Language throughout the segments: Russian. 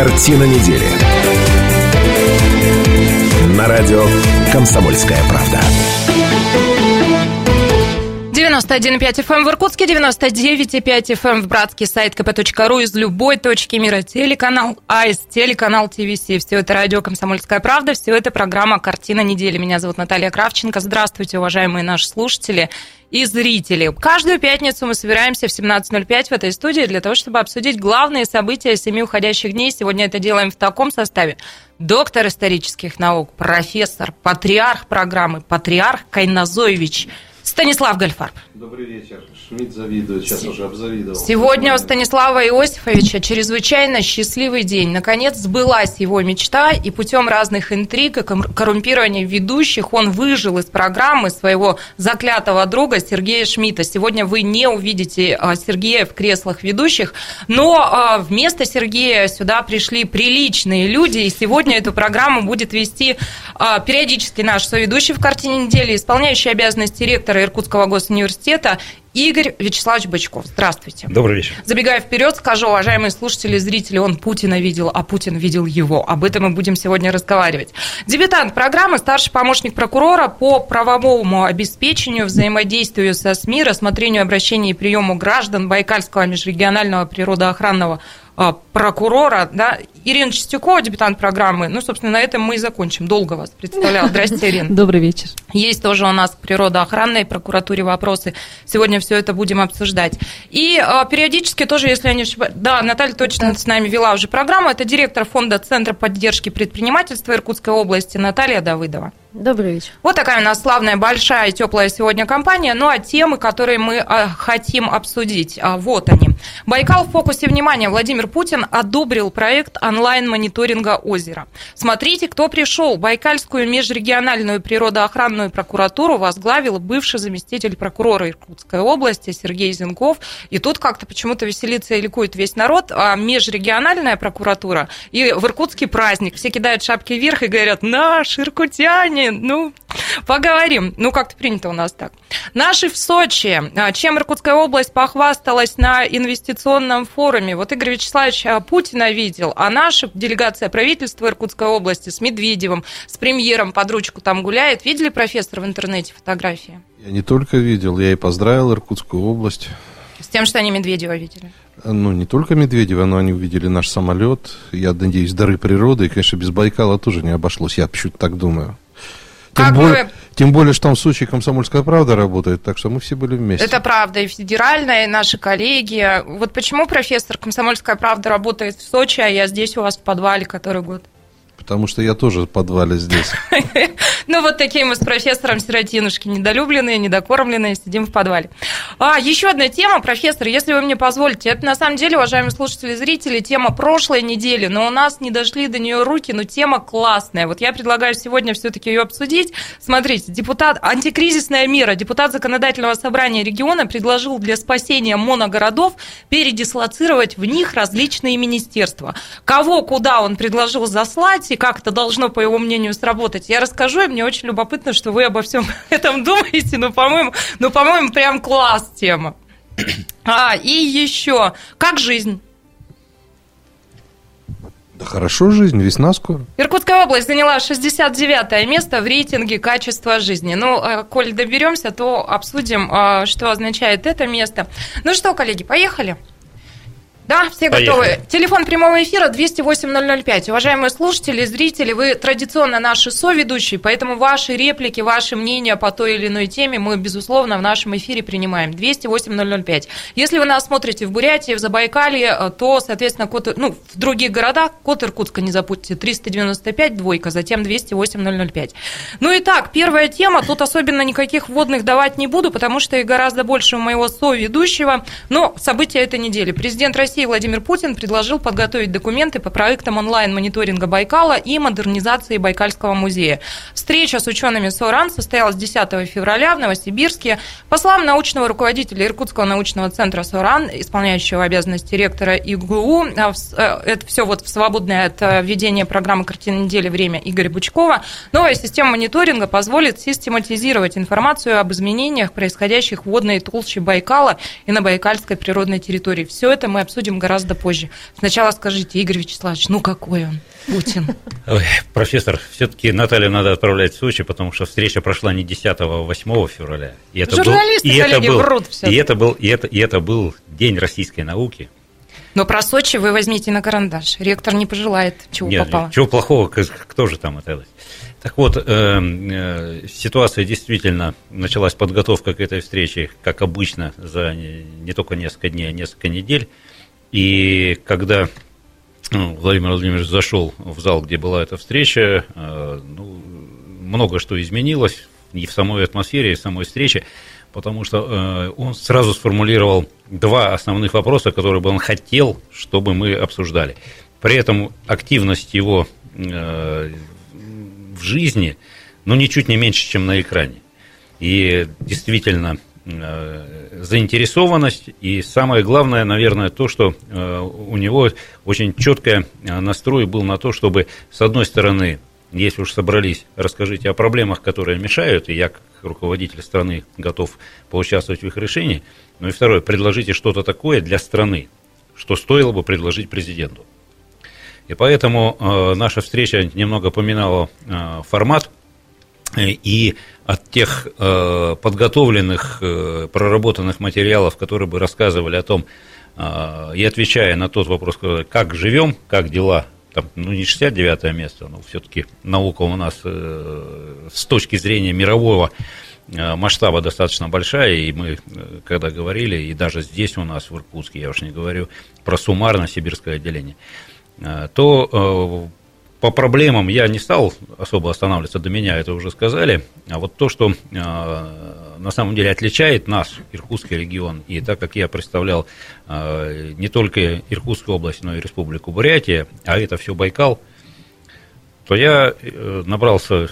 Картина недели. На радио «Комсомольская правда». 91,5 FM в Иркутске, 99,5 FM в Братске, сайт kp.ru из любой точки мира, телеканал АИС, телеканал ТВС. Все это радио «Комсомольская правда», все это программа «Картина недели». Меня зовут Наталья Кравченко. Здравствуйте, уважаемые наши слушатели и зрители. Каждую пятницу мы собираемся в 17:05 в этой студии для того, чтобы обсудить главные события 7 уходящих дней. Сегодня это делаем в таком составе. Доктор исторических наук, профессор, патриарх программы, патриарх Кайназоевич Станислав Гольфарб. Добрый вечер. Шмидт завидует, сейчас уже обзавидовал. Сегодня у Станислава Иосифовича чрезвычайно счастливый день. Наконец сбылась его мечта, и путем разных интриг и коррумпирования ведущих он выжил из программы своего заклятого друга Сергея Шмидта. Сегодня вы не увидите Сергея в креслах ведущих, но вместо Сергея сюда пришли приличные люди, и сегодня эту программу будет вести периодически наш соведущий в «Картине недели», исполняющий обязанности ректора Иркутского госуниверситета Игорь Вячеславович Бычков. Здравствуйте. Добрый вечер. Забегая вперед, скажу, уважаемые слушатели и зрители, он Путина видел, а Путин видел его. Об этом мы будем сегодня разговаривать. Дебютант программы, старший помощник прокурора по правовому обеспечению, взаимодействию со СМИ, рассмотрению обращений и приему граждан Байкальского межрегионального природоохранного прокурора, да, Ирина Чистякова, дебютант программы. Ну, собственно, на этом мы и закончим. Долго вас представляла. Здрасте, Ирина. Добрый вечер. Есть тоже у нас к природоохранной прокуратуре вопросы. Сегодня все это будем обсуждать. И периодически тоже, если я не ошибаюсь... Да, Наталья точно с нами вела уже программу. Это директор фонда Центра поддержки предпринимательства Иркутской области Наталья Давыдова. Добрый вечер. Вот такая у нас славная, большая и теплая сегодня компания. Ну, а темы, которые мы хотим обсудить, вот они. Байкал в фокусе внимания. Владимир Путин одобрил проект онлайн-мониторинга озера. Смотрите, кто пришел. Байкальскую межрегиональную природоохранную прокуратуру возглавил бывший заместитель прокурора Иркутской области Сергей Зенков. И тут как-то почему-то веселится и ликует весь народ. А межрегиональная прокуратура и в Иркутский праздник. Все кидают шапки вверх и говорят: наши иркутяне. Ну, поговорим. Ну, как-то принято у нас так. Наши в Сочи. Чем Иркутская область похвасталась на инвестиционном форуме? Вот Игорь Вячеславович Путина видел, а наша делегация правительства Иркутской области с Медведевым, с премьером под ручку там гуляет. Видели, профессор, в интернете фотографии? Я не только видел, я и поздравил Иркутскую область. С тем, что они Медведева видели? Ну, не только Медведева, но они увидели наш самолет. Я надеюсь, дары природы. И, конечно, без Байкала тоже не обошлось. Я почему-то так думаю. Тем более, что там в Сочи «Комсомольская правда» работает, так что мы все были вместе. Это правда, и федеральная, и наши коллеги. Вот почему, профессор, «Комсомольская правда» работает в Сочи, а я здесь у вас в подвале который год? Потому что я тоже в подвале здесь. Ну, вот такие мы с профессором Сиротинушки, недолюбленные, недокормленные, сидим в подвале. Еще одна тема, профессор, если вы мне позволите. Это, на самом деле, уважаемые слушатели и зрители, тема прошлой недели, но у нас не дошли до нее руки, но тема классная. Вот я предлагаю сегодня все-таки ее обсудить. Смотрите, антикризисная мера. Депутат Законодательного собрания региона предложил для спасения моногородов передислоцировать в них различные министерства. Кого, куда он предложил заслать, и как это должно, по его мнению, сработать, я расскажу, и мне очень любопытно, что вы обо всем этом думаете, по-моему, прям класс тема. И еще, как жизнь? Да хорошо жизнь, весна скоро. Иркутская область заняла 69-е место в рейтинге качества жизни. Ну, коль доберемся, то обсудим, что означает это место. Ну что, коллеги, поехали? Да, все готовы. Телефон прямого эфира 208-005. Уважаемые слушатели, зрители, вы традиционно наши соведущие, поэтому ваши реплики, ваши мнения по той или иной теме мы, безусловно, в нашем эфире принимаем. 208-005. Если вы нас смотрите в Бурятии, в Забайкалье, то, соответственно, в других городах, код Иркутска не забудьте, 395, двойка, затем 208-005. Ну и так, первая тема, тут особенно никаких вводных давать не буду, потому что их гораздо больше у моего соведущего, но события этой недели. Президент России Владимир Путин предложил подготовить документы по проектам онлайн-мониторинга Байкала и модернизации Байкальского музея. Встреча с учеными СОРАН состоялась 10 февраля в Новосибирске. По словам научного руководителя Иркутского научного центра СОРАН, исполняющего обязанности ректора ИГУ, это все вот в свободное от ведения программы «Картина недели» время Игоря Бычкова, новая система мониторинга позволит систематизировать информацию об изменениях, происходящих в водной толще Байкала и на байкальской природной территории. Все это мы обсудим обсудим гораздо позже. Сначала скажите, Игорь Вячеславович, ну какой он, Путин? Ой, профессор, все-таки Наталью надо отправлять в Сочи, потому что встреча прошла не 10-го, а 8 февраля. Журналисты, коллеги, врут все. И это был День российской науки. Но про Сочи вы возьмите на карандаш. Ректор не пожелает, чего попало. Чего плохого, кто же там это? Так вот, ситуация действительно, началась подготовка к этой встрече, как обычно, за не только несколько дней, а несколько недель. И когда Владимир Владимирович зашел в зал, где была эта встреча, много что изменилось и в самой атмосфере, и в самой встрече, потому что он сразу сформулировал два основных вопроса, которые бы он хотел, чтобы мы обсуждали. При этом активность его в жизни, ничуть не меньше, чем на экране. И действительно заинтересованность, и самое главное, наверное, то, что у него очень четкий настрой был на то, чтобы, с одной стороны, если уж собрались, расскажите о проблемах, которые мешают, и я, как руководитель страны, готов поучаствовать в их решении. Ну и второе, предложите что-то такое для страны, что стоило бы предложить президенту. И поэтому наша встреча немного поминала формат, и от тех подготовленных, проработанных материалов, которые бы рассказывали о том, и отвечая на тот вопрос, как живем, как дела, там, не 69-е место, но все-таки наука у нас с точки зрения мирового масштаба достаточно большая, и мы, когда говорили, и даже здесь у нас, в Иркутске, я уж не говорю про суммарно сибирское отделение, то по проблемам я не стал особо останавливаться, до меня это уже сказали, а вот то, что на самом деле отличает наш Иркутский регион, и так как я представлял не только Иркутскую область, но и Республику Бурятия, а это все Байкал, то я набрался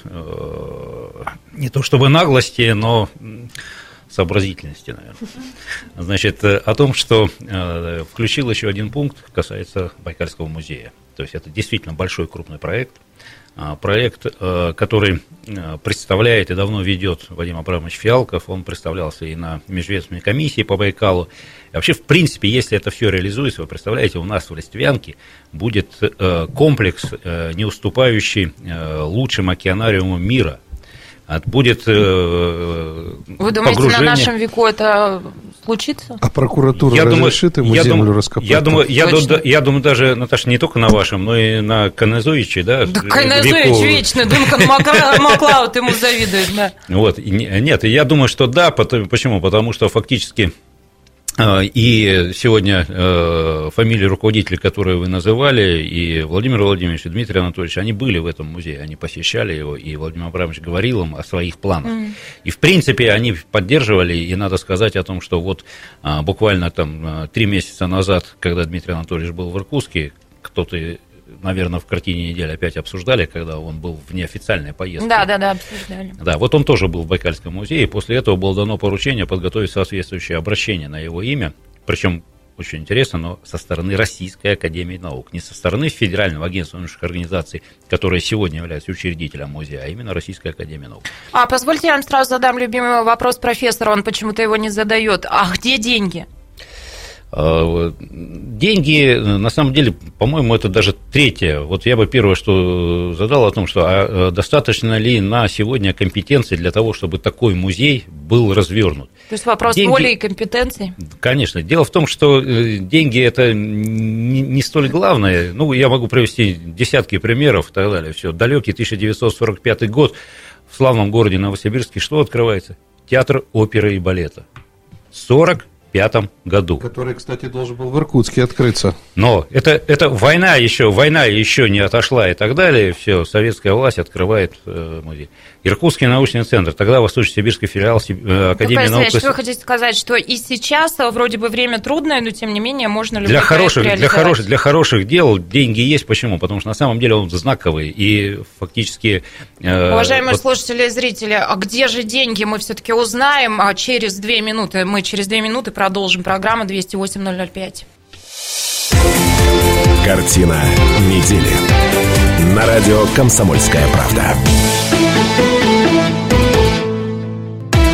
не то чтобы наглости, но сообразительности, наверное. Значит, о том, что включил еще один пункт, касается Байкальского музея. То есть это действительно большой крупный проект, который представляет и давно ведет Вадим Абрамович Фиалков. Он представлялся и на межведомственной комиссии по Байкалу. И вообще, в принципе, если это все реализуется, вы представляете, у нас в Листвянке будет комплекс, не уступающий лучшим океанариумам мира. Будет Вы думаете, погружение... на нашем веку это случится? А прокуратура разрешит ему землю раскопать? Я думаю, даже, Наташа, не только на вашем, но и на Канезовиче, да? Да Канезович вечно, Дункан Маклауд ему завидует, да. Вот, нет, я думаю, что да, почему? Потому что фактически и сегодня фамилии руководителей, которые вы называли, и Владимир Владимирович, и Дмитрий Анатольевич, они были в этом музее, они посещали его, и Владимир Абрамович говорил им о своих планах. И, в принципе, они поддерживали, и надо сказать о том, что вот буквально там 3 месяца назад, когда Дмитрий Анатольевич был в Иркутске, кто-то, наверное, в картине недели опять обсуждали, когда он был в неофициальной поездке. Да, обсуждали. Да, вот он тоже был в Байкальском музее, и после этого было дано поручение подготовить соответствующее обращение на его имя, причем очень интересно, но со стороны Российской академии наук, не со стороны Федерального агентства научных организаций, которое сегодня является учредителем музея, а именно Российской академии наук. Позвольте, я вам сразу задам любимый вопрос профессора, он почему-то его не задает. А где деньги? Деньги, на самом деле, по-моему, это даже третье. Вот я бы первое, что задал о том, что достаточно ли на сегодня компетенции для того, чтобы такой музей был развернут. То есть вопрос воли и компетенции? Конечно. Дело в том, что деньги – это не столь главное. Я могу привести десятки примеров и так далее. Все. Далекий 1945 год в славном городе Новосибирске что открывается? Театр оперы и балета. 1945 году. Который, кстати, должен был в Иркутске открыться. Но это война еще не отошла и так далее. Все, советская власть открывает музей. Иркутский научный центр, тогда Восточно-Сибирский филиал Академии наук. Что вы хотите сказать, что и сейчас вроде бы время трудное, но тем не менее можно любой для хороших дел деньги есть. Почему? Потому что на самом деле он знаковый и фактически... Уважаемые слушатели и зрители, а где же деньги? Мы все-таки узнаем через 2 минуты. Мы через 2 минуты продолжим программу 208-005. Картина недели. На радио «Комсомольская правда».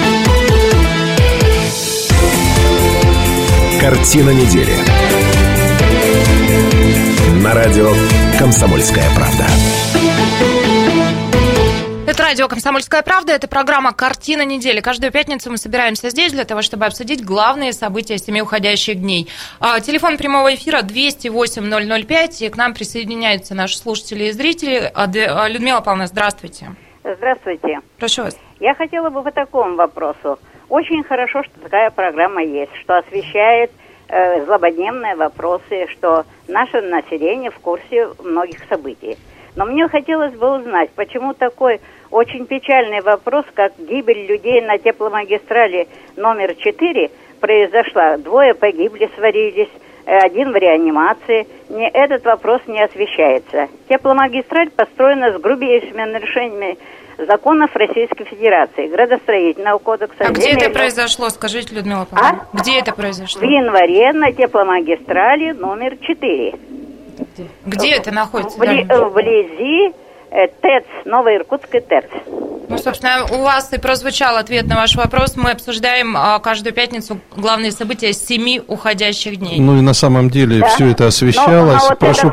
Картина недели. На радио «Комсомольская правда». Это радио «Комсомольская правда», это программа «Картина недели». Каждую пятницу мы собираемся здесь для того, чтобы обсудить главные события 7 уходящих дней. Телефон прямого эфира 208-005, и к нам присоединяются наши слушатели и зрители. Людмила Павловна, здравствуйте. Здравствуйте. Прошу вас. Я хотела бы по такому вопросу. Очень хорошо, что такая программа есть, что освещает злободневные вопросы, что наше население в курсе многих событий. Но мне хотелось бы узнать, почему такой очень печальный вопрос, как гибель людей на тепломагистрали номер 4 произошла. 2 погибли, сварились, 1 в реанимации. Этот вопрос не освещается. Тепломагистраль построена с грубейшими нарушениями законов Российской Федерации, градостроительного кодекса. А где это произошло, скажите, Людмила Павловна? Где это произошло? В январе на тепломагистрали номер 4. Где это находится? Вблизи ТЭЦ, Новоиркутской ТЭЦ. Ну, собственно, у вас и прозвучал ответ на ваш вопрос. Мы обсуждаем каждую пятницу главные события 7 уходящих дней. Ну и на самом деле все это освещалось. Вот прошу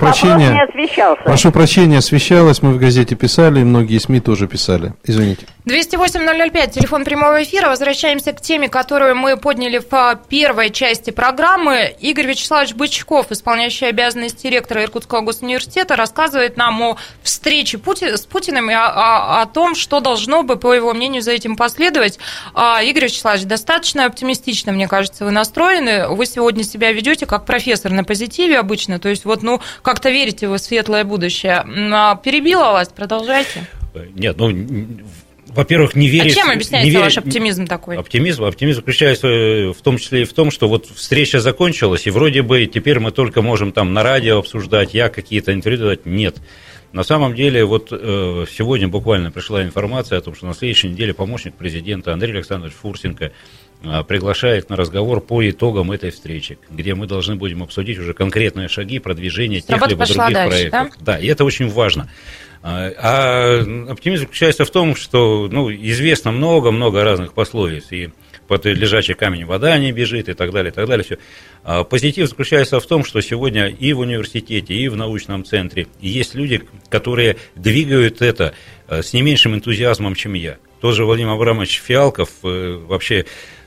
прощения, освещалось. Мы в газете писали, и многие СМИ тоже писали. Извините. 208-005, телефон прямого эфира. Возвращаемся к теме, которую мы подняли в первой части программы. Игорь Вячеславович Бычков, исполняющий обязанности ректора Иркутского госуниверситета, рассказывает нам о встрече с Путиным и о том, что должно бы, по его мнению, за этим последовать. Игорь Вячеславович, достаточно оптимистично, мне кажется, вы настроены. Вы сегодня себя ведете как профессор на позитиве обычно, то есть вот, как-то верите вы в светлое будущее. Перебила вас, продолжайте. Нет, во-первых, не верить... А чем объясняется ваш оптимизм такой? Оптимизм заключается в том числе и в том, что вот встреча закончилась, и вроде бы теперь мы только можем там на радио обсуждать, я какие-то интервью давать. Нет. На самом деле, вот сегодня буквально пришла информация о том, что на следующей неделе помощник президента Андрей Александрович Фурсенко приглашает на разговор по итогам этой встречи, где мы должны будем обсудить уже конкретные шаги продвижения тех либо других проектов. Да, и это очень важно. А оптимизм заключается в том, что известно много разных пословиц, и под лежачий камень вода не бежит, и так далее, все. Позитив заключается в том, что сегодня и в университете, и в научном центре есть люди, которые двигают это с не меньшим энтузиазмом, чем я. Тот же Владимир Абрамович Фиалков вообще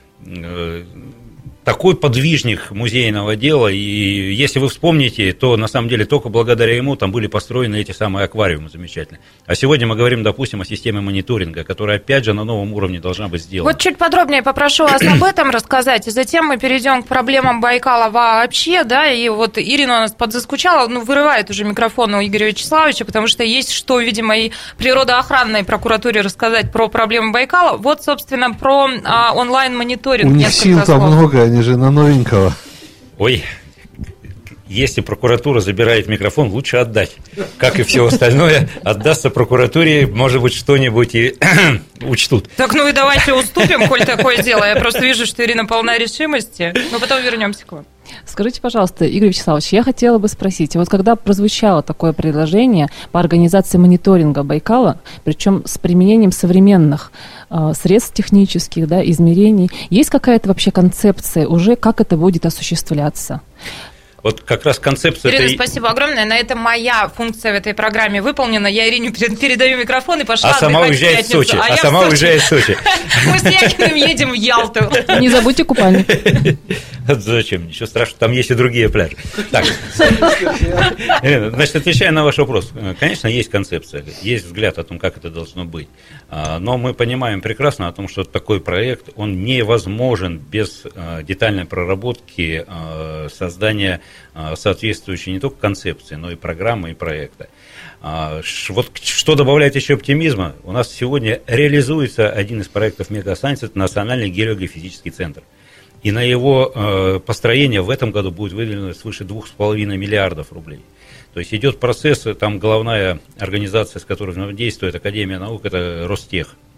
такой подвижник музейного дела, и если вы вспомните, то на самом деле только благодаря ему там были построены эти самые аквариумы замечательные. А сегодня мы говорим, допустим, о системе мониторинга, которая, опять же, на новом уровне должна быть сделана. Вот чуть подробнее попрошу вас об этом рассказать, и затем мы перейдем к проблемам Байкала вообще, да, и вот Ирина у нас подзаскучала, вырывает уже микрофон у Игоря Вячеславовича, потому что есть что, видимо, и природоохранной прокуратуре рассказать про проблемы Байкала. Вот, собственно, про онлайн-мониторинг. У них сил-то много, они же на новенького. Ой, если прокуратура забирает микрофон, лучше отдать. Как и все остальное, отдастся прокуратуре, может быть, что-нибудь и учтут. Так, и давайте уступим, коль такое дело. Я просто вижу, что Ирина полна решимости. Но потом вернемся к вам. Скажите, пожалуйста, Игорь Вячеславович, я хотела бы спросить, вот когда прозвучало такое предложение по организации мониторинга Байкала, причем с применением современных средств технических, да, измерений, есть какая-то вообще концепция уже, как это будет осуществляться? Вот как раз концепция... Ирина, спасибо огромное. На этом моя функция в этой программе выполнена. Я Ирине передаю микрофон и пошла отдыхать в пятницу. Сама уезжает в Сочи. Мы с Якиным едем в Ялту. Не забудьте купальник. Зачем? Ничего страшного, там есть и другие пляжи. Так, значит, отвечая на ваш вопрос, конечно, есть концепция, есть взгляд о том, как это должно быть. Но мы понимаем прекрасно о том, что такой проект, он невозможен без детальной проработки, создания соответствующей не только концепции, но и программы, и проекта. Вот что добавляет еще оптимизма, у нас сегодня реализуется один из проектов Мегасайенс, это Национальный геолографический центр. И на его построение в этом году будет выделено свыше 2,5 миллиардов рублей. То есть идет процесс, там главная организация, с которой действует Академия наук, это Ростех.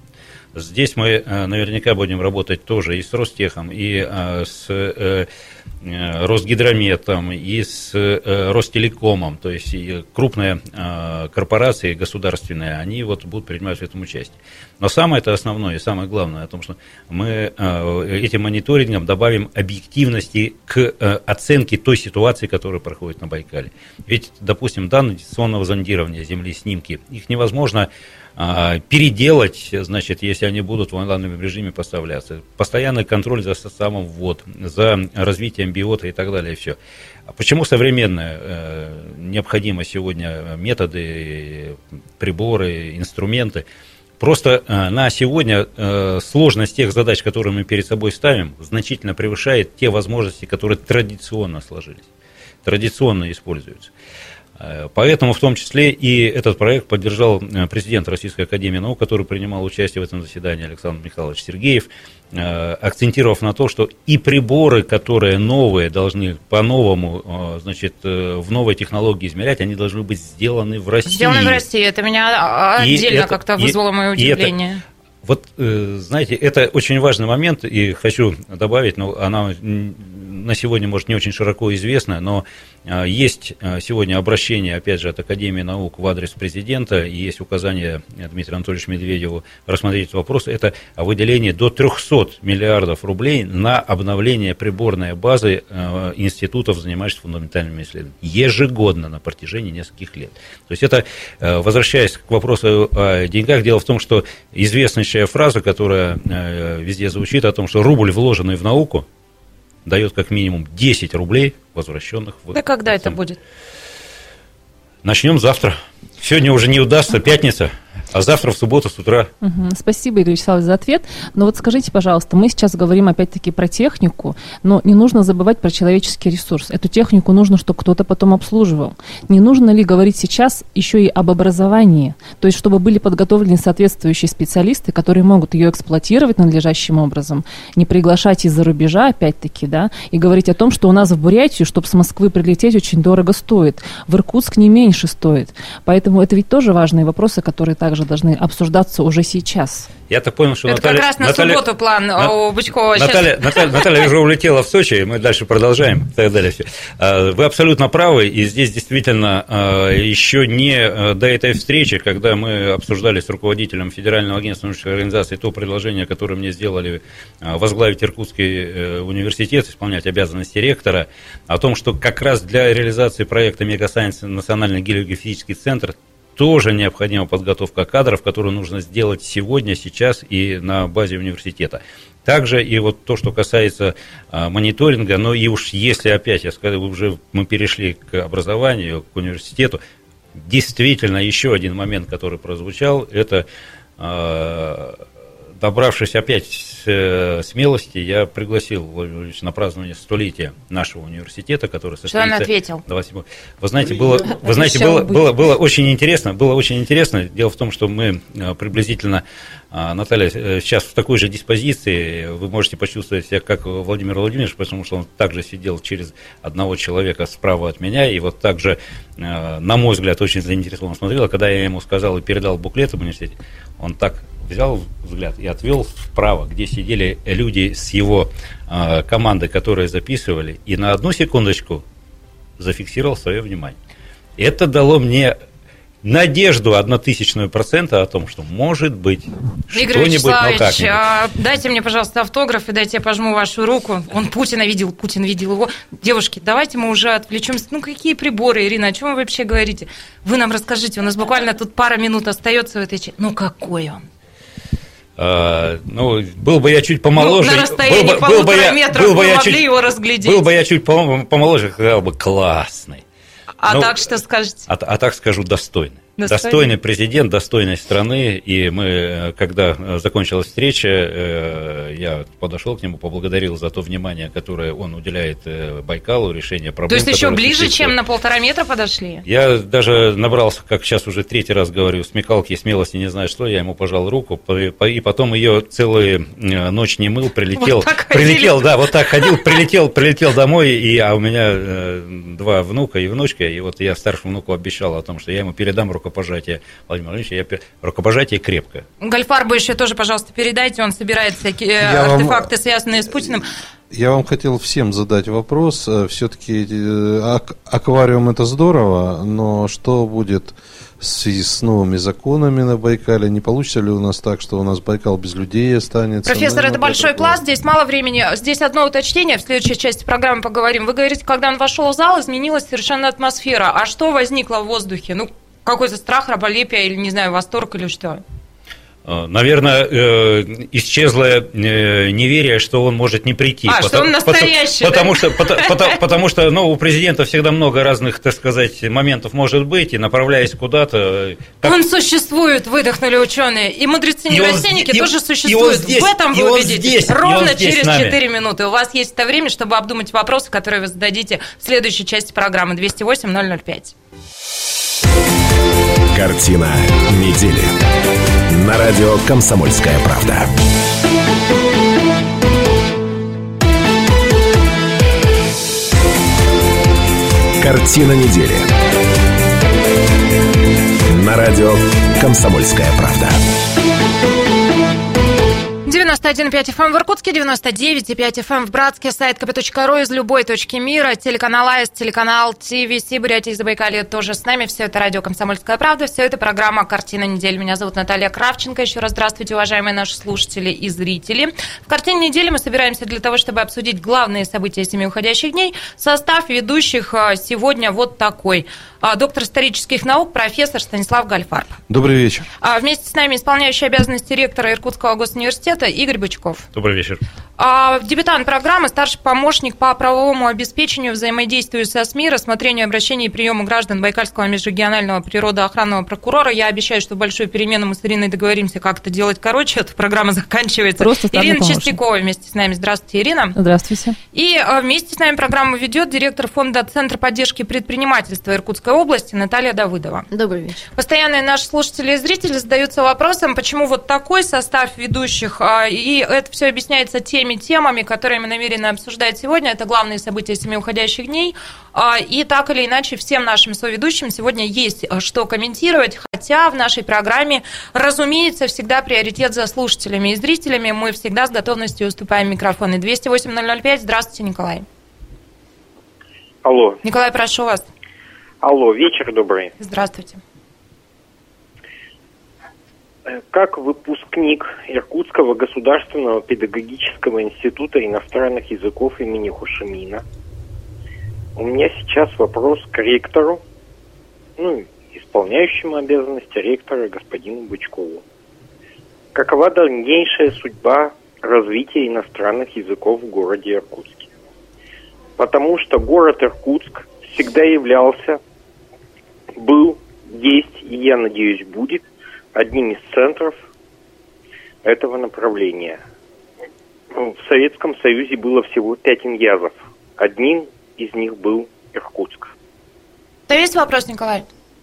Здесь мы наверняка будем работать тоже и с Ростехом, и с Росгидрометом, и с Ростелекомом, то есть и крупные корпорации государственные, они вот будут принимать в этом участие. Но самое-то основное и самое главное о том, что мы этим мониторингом добавим объективности к оценке той ситуации, которая проходит на Байкале. Ведь, допустим, данные дистанционного зондирования Земли, снимки, их невозможно переделать, значит, если они будут в онлайновом режиме поставляться. Постоянный контроль за составом вод, за развитием биота и так далее. И все. А почему современные необходимы сегодня методы, приборы, инструменты? Просто на сегодня сложность тех задач, которые мы перед собой ставим, значительно превышает те возможности, которые традиционно сложились, традиционно используются. Поэтому в том числе и этот проект поддержал президент Российской академии наук, который принимал участие в этом заседании, Александр Михайлович Сергеев, акцентировав на то, что и приборы, которые новые, должны по-новому, значит, в новой технологии измерять, они должны быть сделаны в России. Сделаны в России, это меня отдельно как-то вызвало мое удивление. Вот, знаете, это очень важный момент, и хочу добавить, но она на сегодня, может, не очень широко известна, но есть сегодня обращение, опять же, от Академии наук в адрес президента, и есть указание Дмитрию Анатольевичу Медведеву рассмотреть этот вопрос, это о выделении до 300 миллиардов рублей на обновление приборной базы институтов, занимающихся фундаментальными исследованиями, ежегодно на протяжении нескольких лет. То есть это, возвращаясь к вопросу о деньгах, дело в том, что известнейшая фраза, которая везде звучит, о том, что рубль, вложенный в науку, дает как минимум 10 рублей, возвращенных в... Да когда это будет? Начнем завтра. Сегодня уже не удастся, пятница, а завтра в субботу с утра. Спасибо, Игорь Вячеславович, за ответ. Но вот скажите, пожалуйста, мы сейчас говорим опять-таки про технику, но не нужно забывать про человеческий ресурс. Эту технику нужно, чтобы кто-то потом обслуживал. Не нужно ли говорить сейчас еще и об образовании? То есть, чтобы были подготовлены соответствующие специалисты, которые могут ее эксплуатировать надлежащим образом, не приглашать из-за рубежа, опять-таки, да, и говорить о том, что у нас в Бурятию, чтобы с Москвы прилететь, очень дорого стоит. В Иркутск не меньше стоит. Поэтому это ведь тоже важные вопросы, которые также должны обсуждаться уже сейчас. Я так понял, что это Наталья... как раз на субботу план у Бычкова. Наталья уже улетела в Сочи, мы дальше продолжаем и так далее. Вы абсолютно правы, и здесь действительно еще не до этой встречи, когда мы обсуждали с руководителем Федерального агентства научных организаций то предложение, которое мне сделали возглавить Иркутский университет, исполнять обязанности ректора, о том, что как раз для реализации проекта «Мегасайенс» Национальный географический центр тоже необходима подготовка кадров, которую нужно сделать сегодня, сейчас и на базе университета. Также и вот то, что касается мониторинга, но и уж если опять, я скажу, уже мы перешли к образованию, к университету, действительно еще один момент, который прозвучал, это добравшись опять смелости, я пригласил Владимира Владимировича на празднование столетия нашего университета, который состоится... Что он ответил? Вы знаете, было очень интересно. Дело в том, что мы приблизительно, Наталья, сейчас в такой же диспозиции, вы можете почувствовать себя как Владимир Владимирович, потому что он также сидел через одного человека справа от меня, и вот также, на мой взгляд, очень заинтересованно смотрел. А когда я ему сказал и передал буклет в университете, он так взял взгляд и отвел вправо, где сидели люди с его команды, которые записывали, и на одну секундочку зафиксировал свое внимание. Это дало мне надежду 0,01% о том, что может быть Игорь что-нибудь, но как-нибудь. Дайте мне, пожалуйста, автограф, и дайте я пожму вашу руку. Он Путина видел, Путин видел его. Девушки, давайте мы уже отвлечемся. Ну, какие приборы, Ирина, о чем вы вообще говорите? Вы нам расскажите, у нас буквально тут пара минут остается в этой части. Ну, какой он? Ну, был бы я чуть помоложе, на расстоянии полутора метров мы могли его разглядеть. Был бы я чуть помоложе, сказал бы классный. Так что скажете? А так скажу достойный. Достойный президент, достойной страны, и мы, когда закончилась встреча, я подошел к нему, поблагодарил за то внимание, которое он уделяет Байкалу, решение проблем. То есть еще ближе, чем на 1,5 метра подошли? Я даже набрался, как сейчас уже третий раз говорю, смекалки и смелости, не знаю что, я ему пожал руку, и потом ее целую ночь не мыл, прилетел, вот так ходил, прилетел домой, а у меня 2 внука и внучка, и вот я старшему внуку обещал о том, что я ему передам руководство рукопожатие Владимира Владимировича, рукопожатие крепкое. Гольфарбу еще тоже, пожалуйста, передайте, он собирает всякие артефакты, связанные с Путиным. Я вам хотел всем задать вопрос. Все-таки аквариум – это здорово, но что будет в связи с новыми законами на Байкале? Не получится ли у нас так, что у нас Байкал без людей останется? Профессор, это большой пласт, здесь мало времени. Здесь одно уточнение, в следующей части программы поговорим. Вы говорите, когда он вошел в зал, изменилась совершенно атмосфера. А что возникло в воздухе? Ну, какой-то страх, раболепие или, не знаю, восторг или что? Наверное, исчезло неверие, что он может не прийти. Что он настоящий. Потому что у президента всегда много разных, так сказать, моментов может быть, и направляясь куда-то... Он существует, выдохнули ученые. И мудрецы-неврастенники тоже существуют. В этом вы убедитесь ровно через 4 минуты. У вас есть это время, чтобы обдумать вопросы, которые вы зададите в следующей части программы 208-005. Картина недели. На радио «Комсомольская правда». Картина недели. На радио «Комсомольская правда». 91,5 FM в Иркутске, 99,5 FM в Братске, сайт kp.ru из любой точки мира, телеканал АИС, телеканал ТВС, Бурятия и Забайкалье тоже с нами. Все это радио «Комсомольская правда», все это программа «Картина недели». Меня зовут Наталья Кравченко. Еще раз здравствуйте, уважаемые наши слушатели и зрители. В «Картине недели» мы собираемся для того, чтобы обсудить главные события 7 уходящих дней. Состав ведущих сегодня вот такой. Доктор исторических наук, профессор Станислав Гольфарб. Добрый вечер. Вместе с нами исполняющий обязанности ректора Иркутского госуниверситета Игорь Бычков. Добрый вечер. Дебютант программы, старший помощник по правовому обеспечению, взаимодействию со СМИ, рассмотрению обращений и приему граждан Байкальского межрегионального природоохранного прокурора. Я обещаю, что большую перемену мы с Ириной договоримся, как это делать короче. Эта программа заканчивается. Ирина Чистякова вместе с нами. Здравствуйте, Ирина. Здравствуйте. И вместе с нами программу ведет директор фонда Центра поддержки предпринимательства Иркутской области Наталья Давыдова. Добрый вечер. Постоянные наши слушатели и зрители задаются вопросом, почему вот такой состав ведущих, и это все объясняется темами, которые мы намерены обсуждать сегодня. Это главные события 7 уходящих дней. И так или иначе всем нашим соведущим сегодня есть что комментировать, хотя в нашей программе, разумеется, всегда приоритет за слушателями и зрителями. Мы всегда с готовностью уступаем микрофоны. 208-005. Здравствуйте, Николай. Алло. Николай, прошу вас. Алло, вечер добрый. Здравствуйте. Как выпускник Иркутского государственного педагогического института иностранных языков имени Хошимина, у меня сейчас вопрос к ректору, исполняющему обязанности ректора господину Бычкову. Какова дальнейшая судьба развития иностранных языков в городе Иркутске? Потому что город Иркутск всегда был, есть и, я надеюсь, будет одним из центров этого направления. В Советском Союзе было всего 5 иньязов. Одним из них был Иркутск. Это весь вопрос, Николай?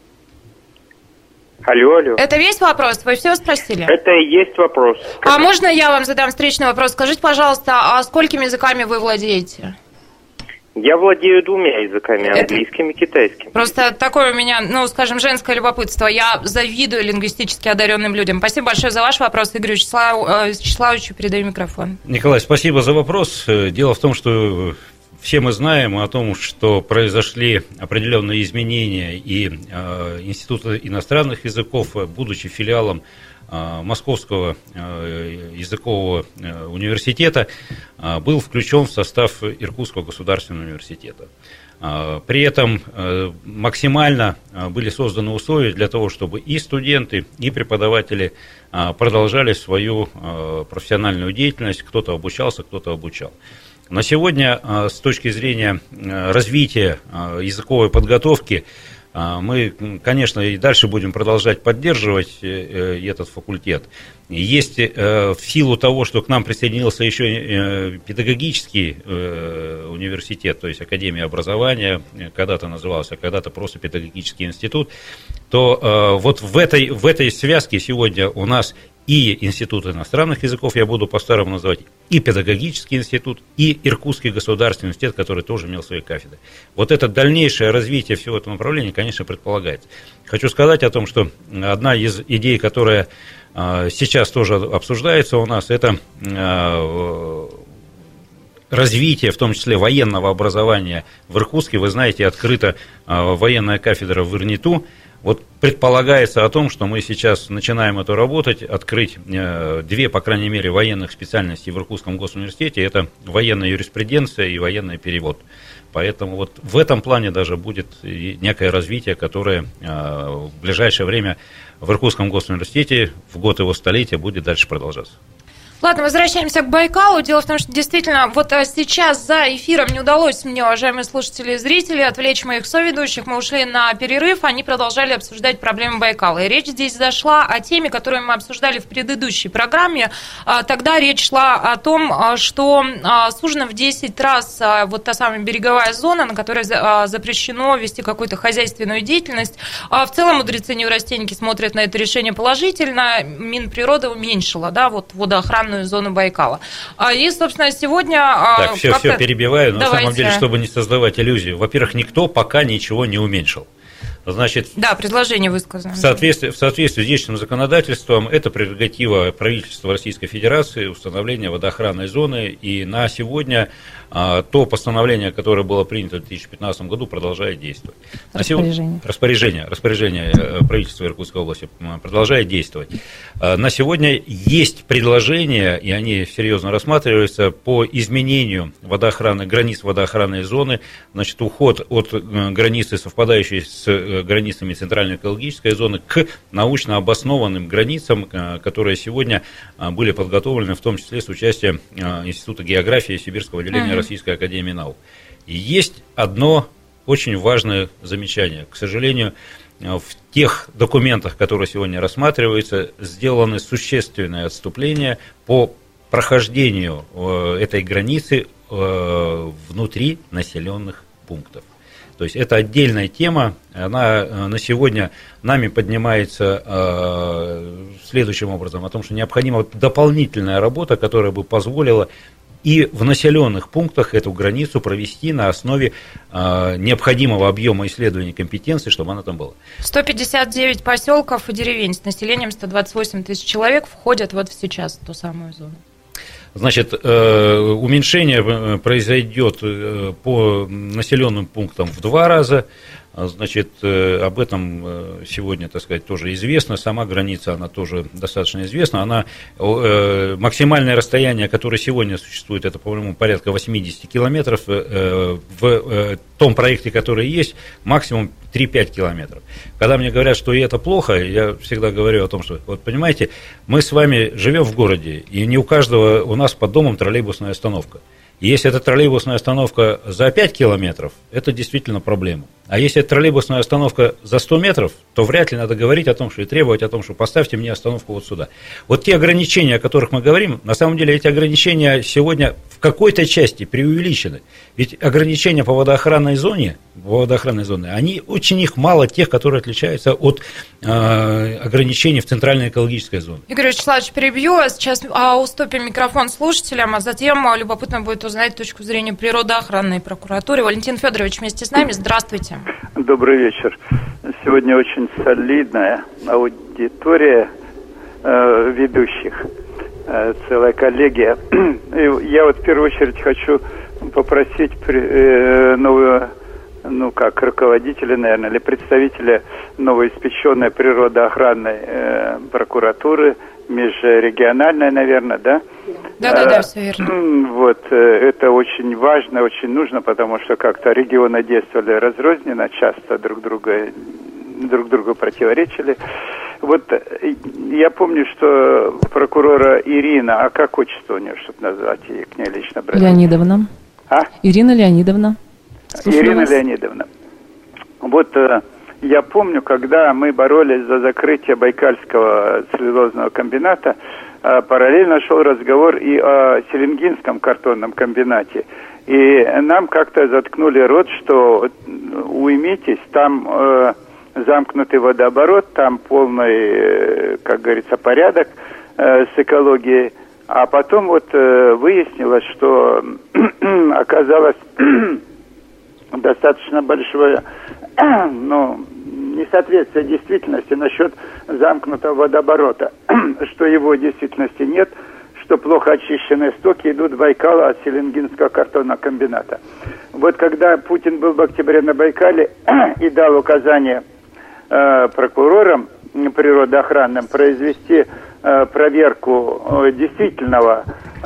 Алло. Это весь вопрос? Вы все спросили? Это и есть вопрос. Можно я вам задам встречный вопрос? Скажите, пожалуйста, а сколькими языками вы владеете? Я владею 2 языками, английским и китайским. Просто такое у меня, скажем, женское любопытство. Я завидую лингвистически одаренным людям. Спасибо большое за ваш вопрос. Игорю Вячеславовичу передаю микрофон. Николай, спасибо за вопрос. Дело в том, что все мы знаем о том, что произошли определенные изменения, и Институт иностранных языков, будучи филиалом Московского языкового университета, был включен в состав Иркутского государственного университета. При этом максимально были созданы условия для того, чтобы и студенты, и преподаватели продолжали свою профессиональную деятельность. Кто-то обучался, кто-то обучал. На сегодня, с точки зрения развития языковой подготовки, мы, конечно, и дальше будем продолжать поддерживать этот факультет. Есть, в силу того, что к нам присоединился еще педагогический университет, то есть Академия образования, когда-то назывался, а когда-то просто педагогический институт, то вот в этой связке сегодня у нас и Институт иностранных языков, я буду по-старому называть, и Педагогический институт, и Иркутский государственный университет, который тоже имел свои кафедры. Вот это дальнейшее развитие всего этого направления, конечно, предполагается. Хочу сказать о том, что одна из идей, которая сейчас тоже обсуждается у нас, это развитие, в том числе военного образования в Иркутске. Вы знаете, открыта военная кафедра в Ирниту. Вот предполагается о том, что мы сейчас начинаем эту работать, открыть две, по крайней мере, военных специальностей в Иркутском госуниверситете. Это военная юриспруденция и военный перевод. Поэтому вот в этом плане даже будет некое развитие, которое в ближайшее время в Иркутском госуниверситете в год его столетия будет дальше продолжаться. Ладно, возвращаемся к Байкалу. Дело в том, что действительно вот сейчас за эфиром не удалось мне, уважаемые слушатели и зрители, отвлечь моих соведущих. Мы ушли на перерыв, они продолжали обсуждать проблемы Байкала. И речь здесь зашла о теме, которую мы обсуждали в предыдущей программе. Тогда речь шла о том, что сужена в 10 раз вот та самая береговая зона, на которой запрещено вести какую-то хозяйственную деятельность. В целом мудрецы Неврастенники смотрят на это решение положительно. Минприрода уменьшила, да, вот водоохранную зону Байкала. И, собственно, сегодня... Так, все перебиваю, но давайте. На самом деле, чтобы не создавать иллюзию. Во-первых, никто пока ничего не уменьшил. Значит, да, предложение высказано. В соответствии с действующим законодательством, это прерогатива правительства Российской Федерации, установление водоохранной зоны, и на сегодня то постановление, которое было принято в 2015 году, продолжает действовать. Распоряжение правительства Иркутской области продолжает действовать. На сегодня есть предложения, и они серьезно рассматриваются, по изменению границ водоохранной зоны, значит, уход от границы, совпадающей с границами центральной экологической зоны, к научно обоснованным границам, которые сегодня были подготовлены, в том числе с участием Института географии Сибирского отделения Российской академии наук. И есть одно очень важное замечание. К сожалению, в тех документах, которые сегодня рассматриваются, сделаны существенные отступления по прохождению этой границы внутри населенных пунктов. То есть это отдельная тема, она на сегодня нами поднимается следующим образом, о том, что необходима дополнительная работа, которая бы позволила и в населенных пунктах эту границу провести на основе необходимого объема исследований компетенций, чтобы она там была. 159 поселков и деревень с населением 128 тысяч человек входят вот сейчас в ту самую зону. Значит, уменьшение произойдет по населенным пунктам в 2 раза. Значит, об этом сегодня, так сказать, тоже известно. Сама граница, она тоже достаточно известна. Максимальное расстояние, которое сегодня существует, это, по-моему, порядка 80 километров. В том проекте, который есть, максимум 3-5 километров. Когда мне говорят, что и это плохо, я всегда говорю о том, что, вот понимаете, мы с вами живем в городе, и не у каждого у нас под домом троллейбусная остановка. И если эта троллейбусная остановка за 5 километров, это действительно проблема. А если это троллейбусная остановка за 100 метров, то вряд ли надо говорить о том, что и требовать о том, что поставьте мне остановку вот сюда. Вот те ограничения, о которых мы говорим, на самом деле эти ограничения сегодня в какой-то части преувеличены. Ведь ограничения по водоохранной зоне, они очень их мало тех, которые отличаются от ограничений в центральной экологической зоне. Игорь Вячеславович, перебью, сейчас уступим микрофон слушателям, а затем любопытно будет узнать точку зрения природоохранной прокуратуры. Валентин Федорович вместе с нами, здравствуйте. Добрый вечер. Сегодня очень солидная аудитория ведущих, целая коллегия. И я вот в первую очередь хочу попросить новую, руководителя, наверное, или представителя новоиспеченной природоохранной прокуратуры, межрегиональной, наверное, да? Да, все верно. Вот, это очень важно, очень нужно, потому что как-то регионы действовали разрозненно, часто друг другу противоречили. Вот я помню, что прокурора Ирина, а как отчество у нее, чтобы назвать, и к ней лично обратиться? Леонидовна. Ирина Леонидовна. Ирина Леонидовна. Вот я помню, когда мы боролись за закрытие Байкальского целлюлозного комбината, параллельно шел разговор и о Селенгинском картонном комбинате. И нам как-то заткнули рот, что уймитесь, там замкнутый водооборот, там полный, как говорится, порядок. с экологией. А потом вот выяснилось, что оказалось достаточно большое несоответствие действительности насчет замкнутого водооборота, что его в действительности нет, что плохо очищенные стоки идут в Байкал от Селенгинского картонного комбината. Вот когда Путин был в октябре на Байкале и дал указание прокурорам природоохранным произвести проверку действительного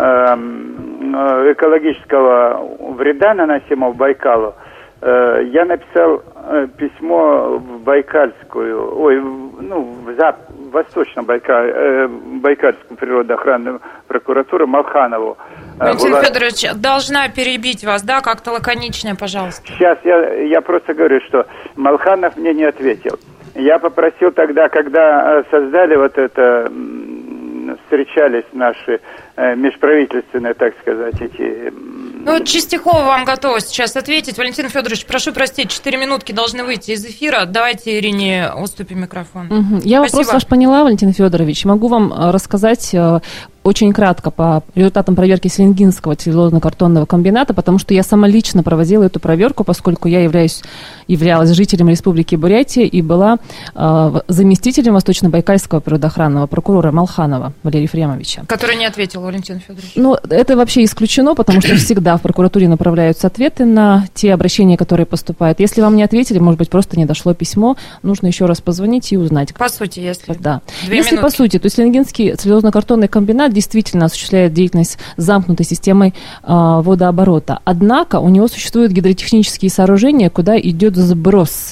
экологического вреда, наносимого Байкалу, я написал письмо в Байкальскую, в Восточном Байкальскую природоохранную прокуратуру Малханову. Валентин Федорович, должна перебить вас, да, как-то лаконичнее, пожалуйста. Сейчас я просто говорю, что Малханов мне не ответил. Я попросил тогда, когда создали вот это, встречались наши межправительственные, так сказать, эти... Чистякова вам готова сейчас ответить. Валентин Федорович, прошу простить, 4 минутки должны выйти из эфира. Давайте Ирине уступим микрофон. Я вопрос ваш поняла, Валентин Федорович. Могу вам рассказать очень кратко по результатам проверки Селенгинского целлюлозно-картонного комбината, потому что я сама лично проводила эту проверку, поскольку я являлась жителем Республики Бурятия и была заместителем Восточно-Байкальского природоохранного прокурора Малханова Валерия Ефремовича. Который не ответил, Валентин Федорович. Это вообще исключено, потому что всегда в прокуратуре направляются ответы на те обращения, которые поступают. Если вам не ответили, может быть, просто не дошло письмо, нужно еще раз позвонить и узнать. По сути, если. Да. Если по сути, то Селенгинский целлюлозно-картонный комбинат действительно осуществляет деятельность замкнутой системой водооборота. Однако у него существуют гидротехнические сооружения, куда идет сброс,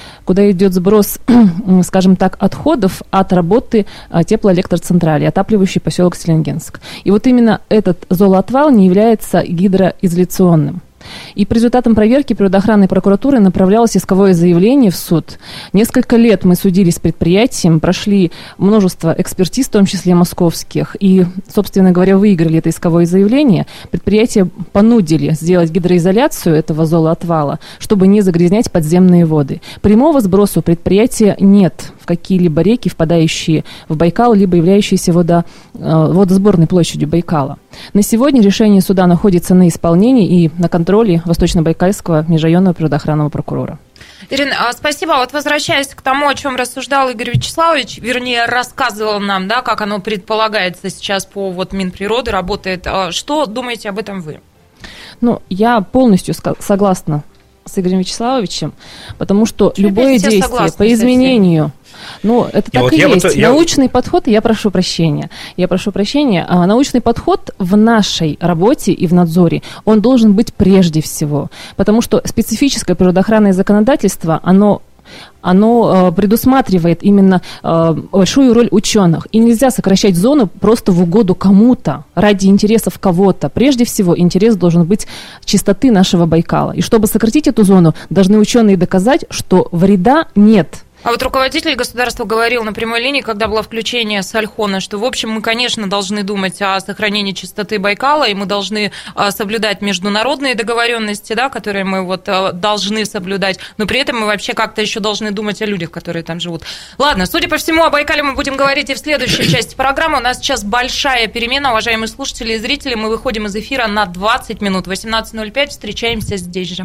скажем так, отходов от работы теплоэлектроцентрали, отапливающей поселок Селенгинск. И вот именно этот золоотвал не является гидроизоляционным. И по результатам проверки природоохранной прокуратуры направлялось исковое заявление в суд. Несколько лет мы судились с предприятием, прошли множество экспертиз, в том числе московских, и, собственно говоря, выиграли это исковое заявление. Предприятие понудили сделать гидроизоляцию этого золоотвала, чтобы не загрязнять подземные воды. Прямого сброса у предприятия нет в какие-либо реки, впадающие в Байкал, либо являющиеся водосборной площадью Байкала. На сегодня решение суда находится на исполнении и на контроле Восточно-Байкальского межрайонного природоохранного прокурора. Ирина, спасибо. Вот возвращаясь к тому, о чем рассуждал Игорь Вячеславович, вернее, рассказывал нам, да, как оно предполагается сейчас по Минприроды работает. Что думаете об этом вы? Я полностью согласна с Игорем Вячеславовичем, потому что любое действие по изменению... это так и есть. Научный подход, я прошу прощения, научный подход в нашей работе и в надзоре, он должен быть прежде всего, потому что специфическое природоохранное законодательство, оно предусматривает именно большую роль ученых. И нельзя сокращать зону просто в угоду кому-то, ради интересов кого-то. Прежде всего, интерес должен быть чистоты нашего Байкала. И чтобы сократить эту зону, должны ученые доказать, что вреда нет. А вот руководитель государства говорил на прямой линии, когда было включение Сальхона, что, в общем, мы, конечно, должны думать о сохранении чистоты Байкала, и мы должны соблюдать международные договоренности, да, которые мы должны соблюдать, но при этом мы вообще как-то еще должны думать о людях, которые там живут. Ладно, судя по всему, о Байкале мы будем говорить и в следующей части программы. У нас сейчас большая перемена, уважаемые слушатели и зрители. Мы выходим из эфира на 20 минут. 18:05. Встречаемся здесь же.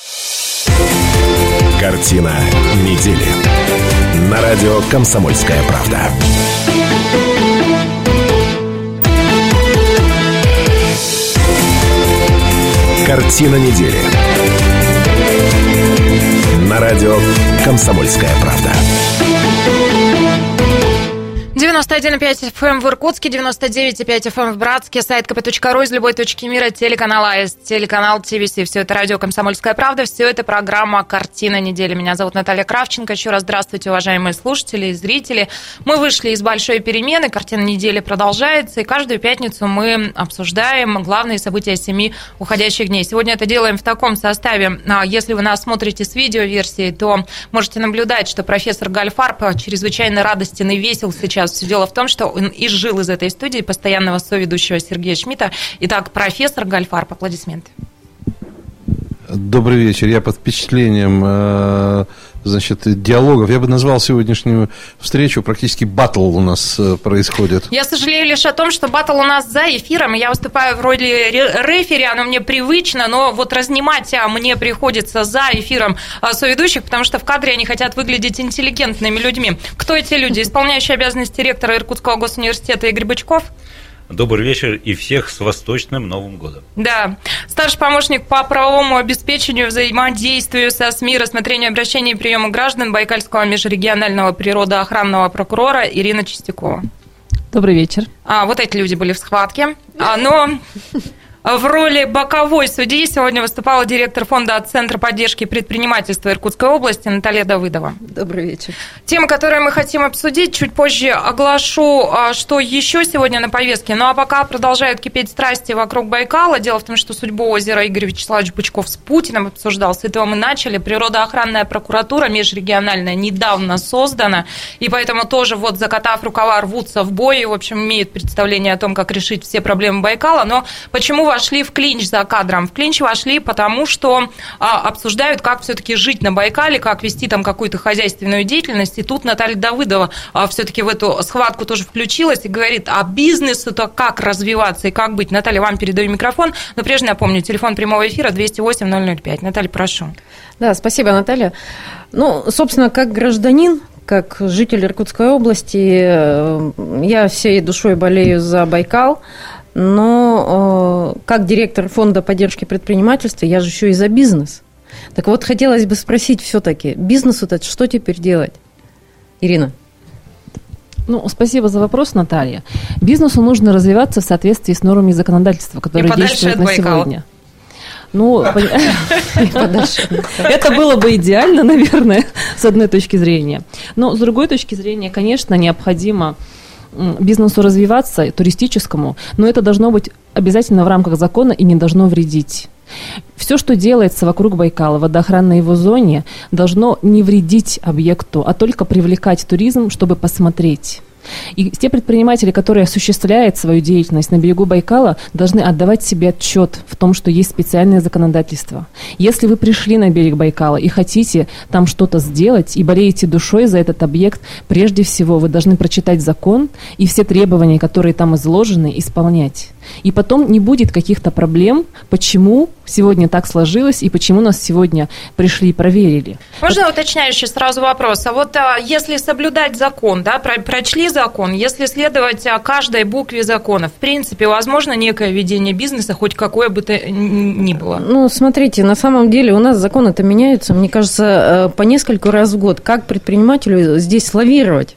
Картина недели. На радио «Комсомольская правда». Картина недели. На радио «Комсомольская правда». 91,5 FM в Иркутске, 99,5 FM в Братске, сайт kp.ru из любой точки мира, телеканал АС, телеканал ТВС. Все это радио «Комсомольская правда», все это программа «Картина недели». Меня зовут Наталья Кравченко. Еще раз здравствуйте, уважаемые слушатели и зрители. Мы вышли из большой перемены, «Картина недели» продолжается, и каждую пятницу мы обсуждаем главные события 7 уходящих дней. Сегодня это делаем в таком составе. Если вы нас смотрите с видеоверсией, то можете наблюдать, что профессор Гальфарб чрезвычайно радостен и весел сейчас. Все дело в том, что он изжил из этой студии постоянного соведущего Сергея Шмидта. Итак, профессор Гальфарб, аплодисменты. Добрый вечер. Я под впечатлением диалогов. Я бы назвал сегодняшнюю встречу практически баттл у нас происходит. Я сожалею лишь о том, что баттл у нас за эфиром. Я выступаю в роли рефери, оно мне привычно, но вот разнимать мне приходится за эфиром соведущих, потому что в кадре они хотят выглядеть интеллигентными людьми. Кто эти люди? Исполняющий обязанности ректора Иркутского госуниверситета Игорь Бычков. Добрый вечер и всех с Восточным Новым годом. Да. Старший помощник по правовому обеспечению, взаимодействию со СМИ, рассмотрению обращений и приему граждан Байкальского межрегионального природоохранного прокурора Ирина Чистякова. Добрый вечер. Вот эти люди были в схватке. Но в роли боковой судьи сегодня выступала директор фонда Центра поддержки предпринимательства Иркутской области Наталья Давыдова. Добрый вечер. Темы, которые мы хотим обсудить, чуть позже оглашу, что еще сегодня на повестке. Ну а пока продолжают кипеть страсти вокруг Байкала. Дело в том, что судьбу озера Игорь Вячеславович Бычков с Путиным обсуждал. С этого мы начали. Природоохранная прокуратура межрегиональная недавно создана. И поэтому тоже вот закатав рукава рвутся в бой. И, в общем, имеют представление о том, как решить все проблемы Байкала. Но почему вошли в клинч за кадром? В клинч вошли потому, что обсуждают, как все-таки жить на Байкале, как вести там какую-то хозяйственную деятельность. И тут Наталья Давыдова все-таки в эту схватку тоже включилась и говорит, а бизнесу-то как развиваться и как быть? Наталья, вам передаю микрофон. Но прежде напомню, телефон прямого эфира 208-005. Наталья, прошу. Да, спасибо, Наталья. Ну, собственно, как гражданин, как житель Иркутской области, я всей душой болею за Байкал. Но как директор фонда поддержки предпринимательства, я же еще и за бизнес. Так вот, хотелось бы спросить все-таки, бизнесу-то что теперь делать? Ирина. Ну, спасибо за вопрос, Наталья. Бизнесу нужно развиваться в соответствии с нормами законодательства, которые действуют на сегодня. Ну, это было бы идеально, наверное, с одной точки зрения. Но с другой точки зрения, конечно, необходимо бизнесу развиваться, туристическому, но это должно быть обязательно в рамках закона и не должно вредить. Все, что делается вокруг Байкала, водоохранной его зоне, должно не вредить объекту, а только привлекать туризм, чтобы посмотреть. И те предприниматели, которые осуществляют свою деятельность на берегу Байкала, должны отдавать себе отчет в том, что есть специальное законодательство. Если вы пришли на берег Байкала и хотите там что-то сделать, и болеете душой за этот объект, прежде всего вы должны прочитать закон и все требования, которые там изложены, исполнять. И потом не будет каких-то проблем, почему сегодня так сложилось и почему нас сегодня пришли и проверили. Можно уточняющий сразу вопрос? А вот если соблюдать закон, да, прочли закон, если следовать каждой букве закона, в принципе, возможно некое ведение бизнеса, хоть какое бы то ни было? Ну, смотрите, на самом деле у нас законы-то меняются, мне кажется, по несколько раз в год. Как предпринимателю здесь лавировать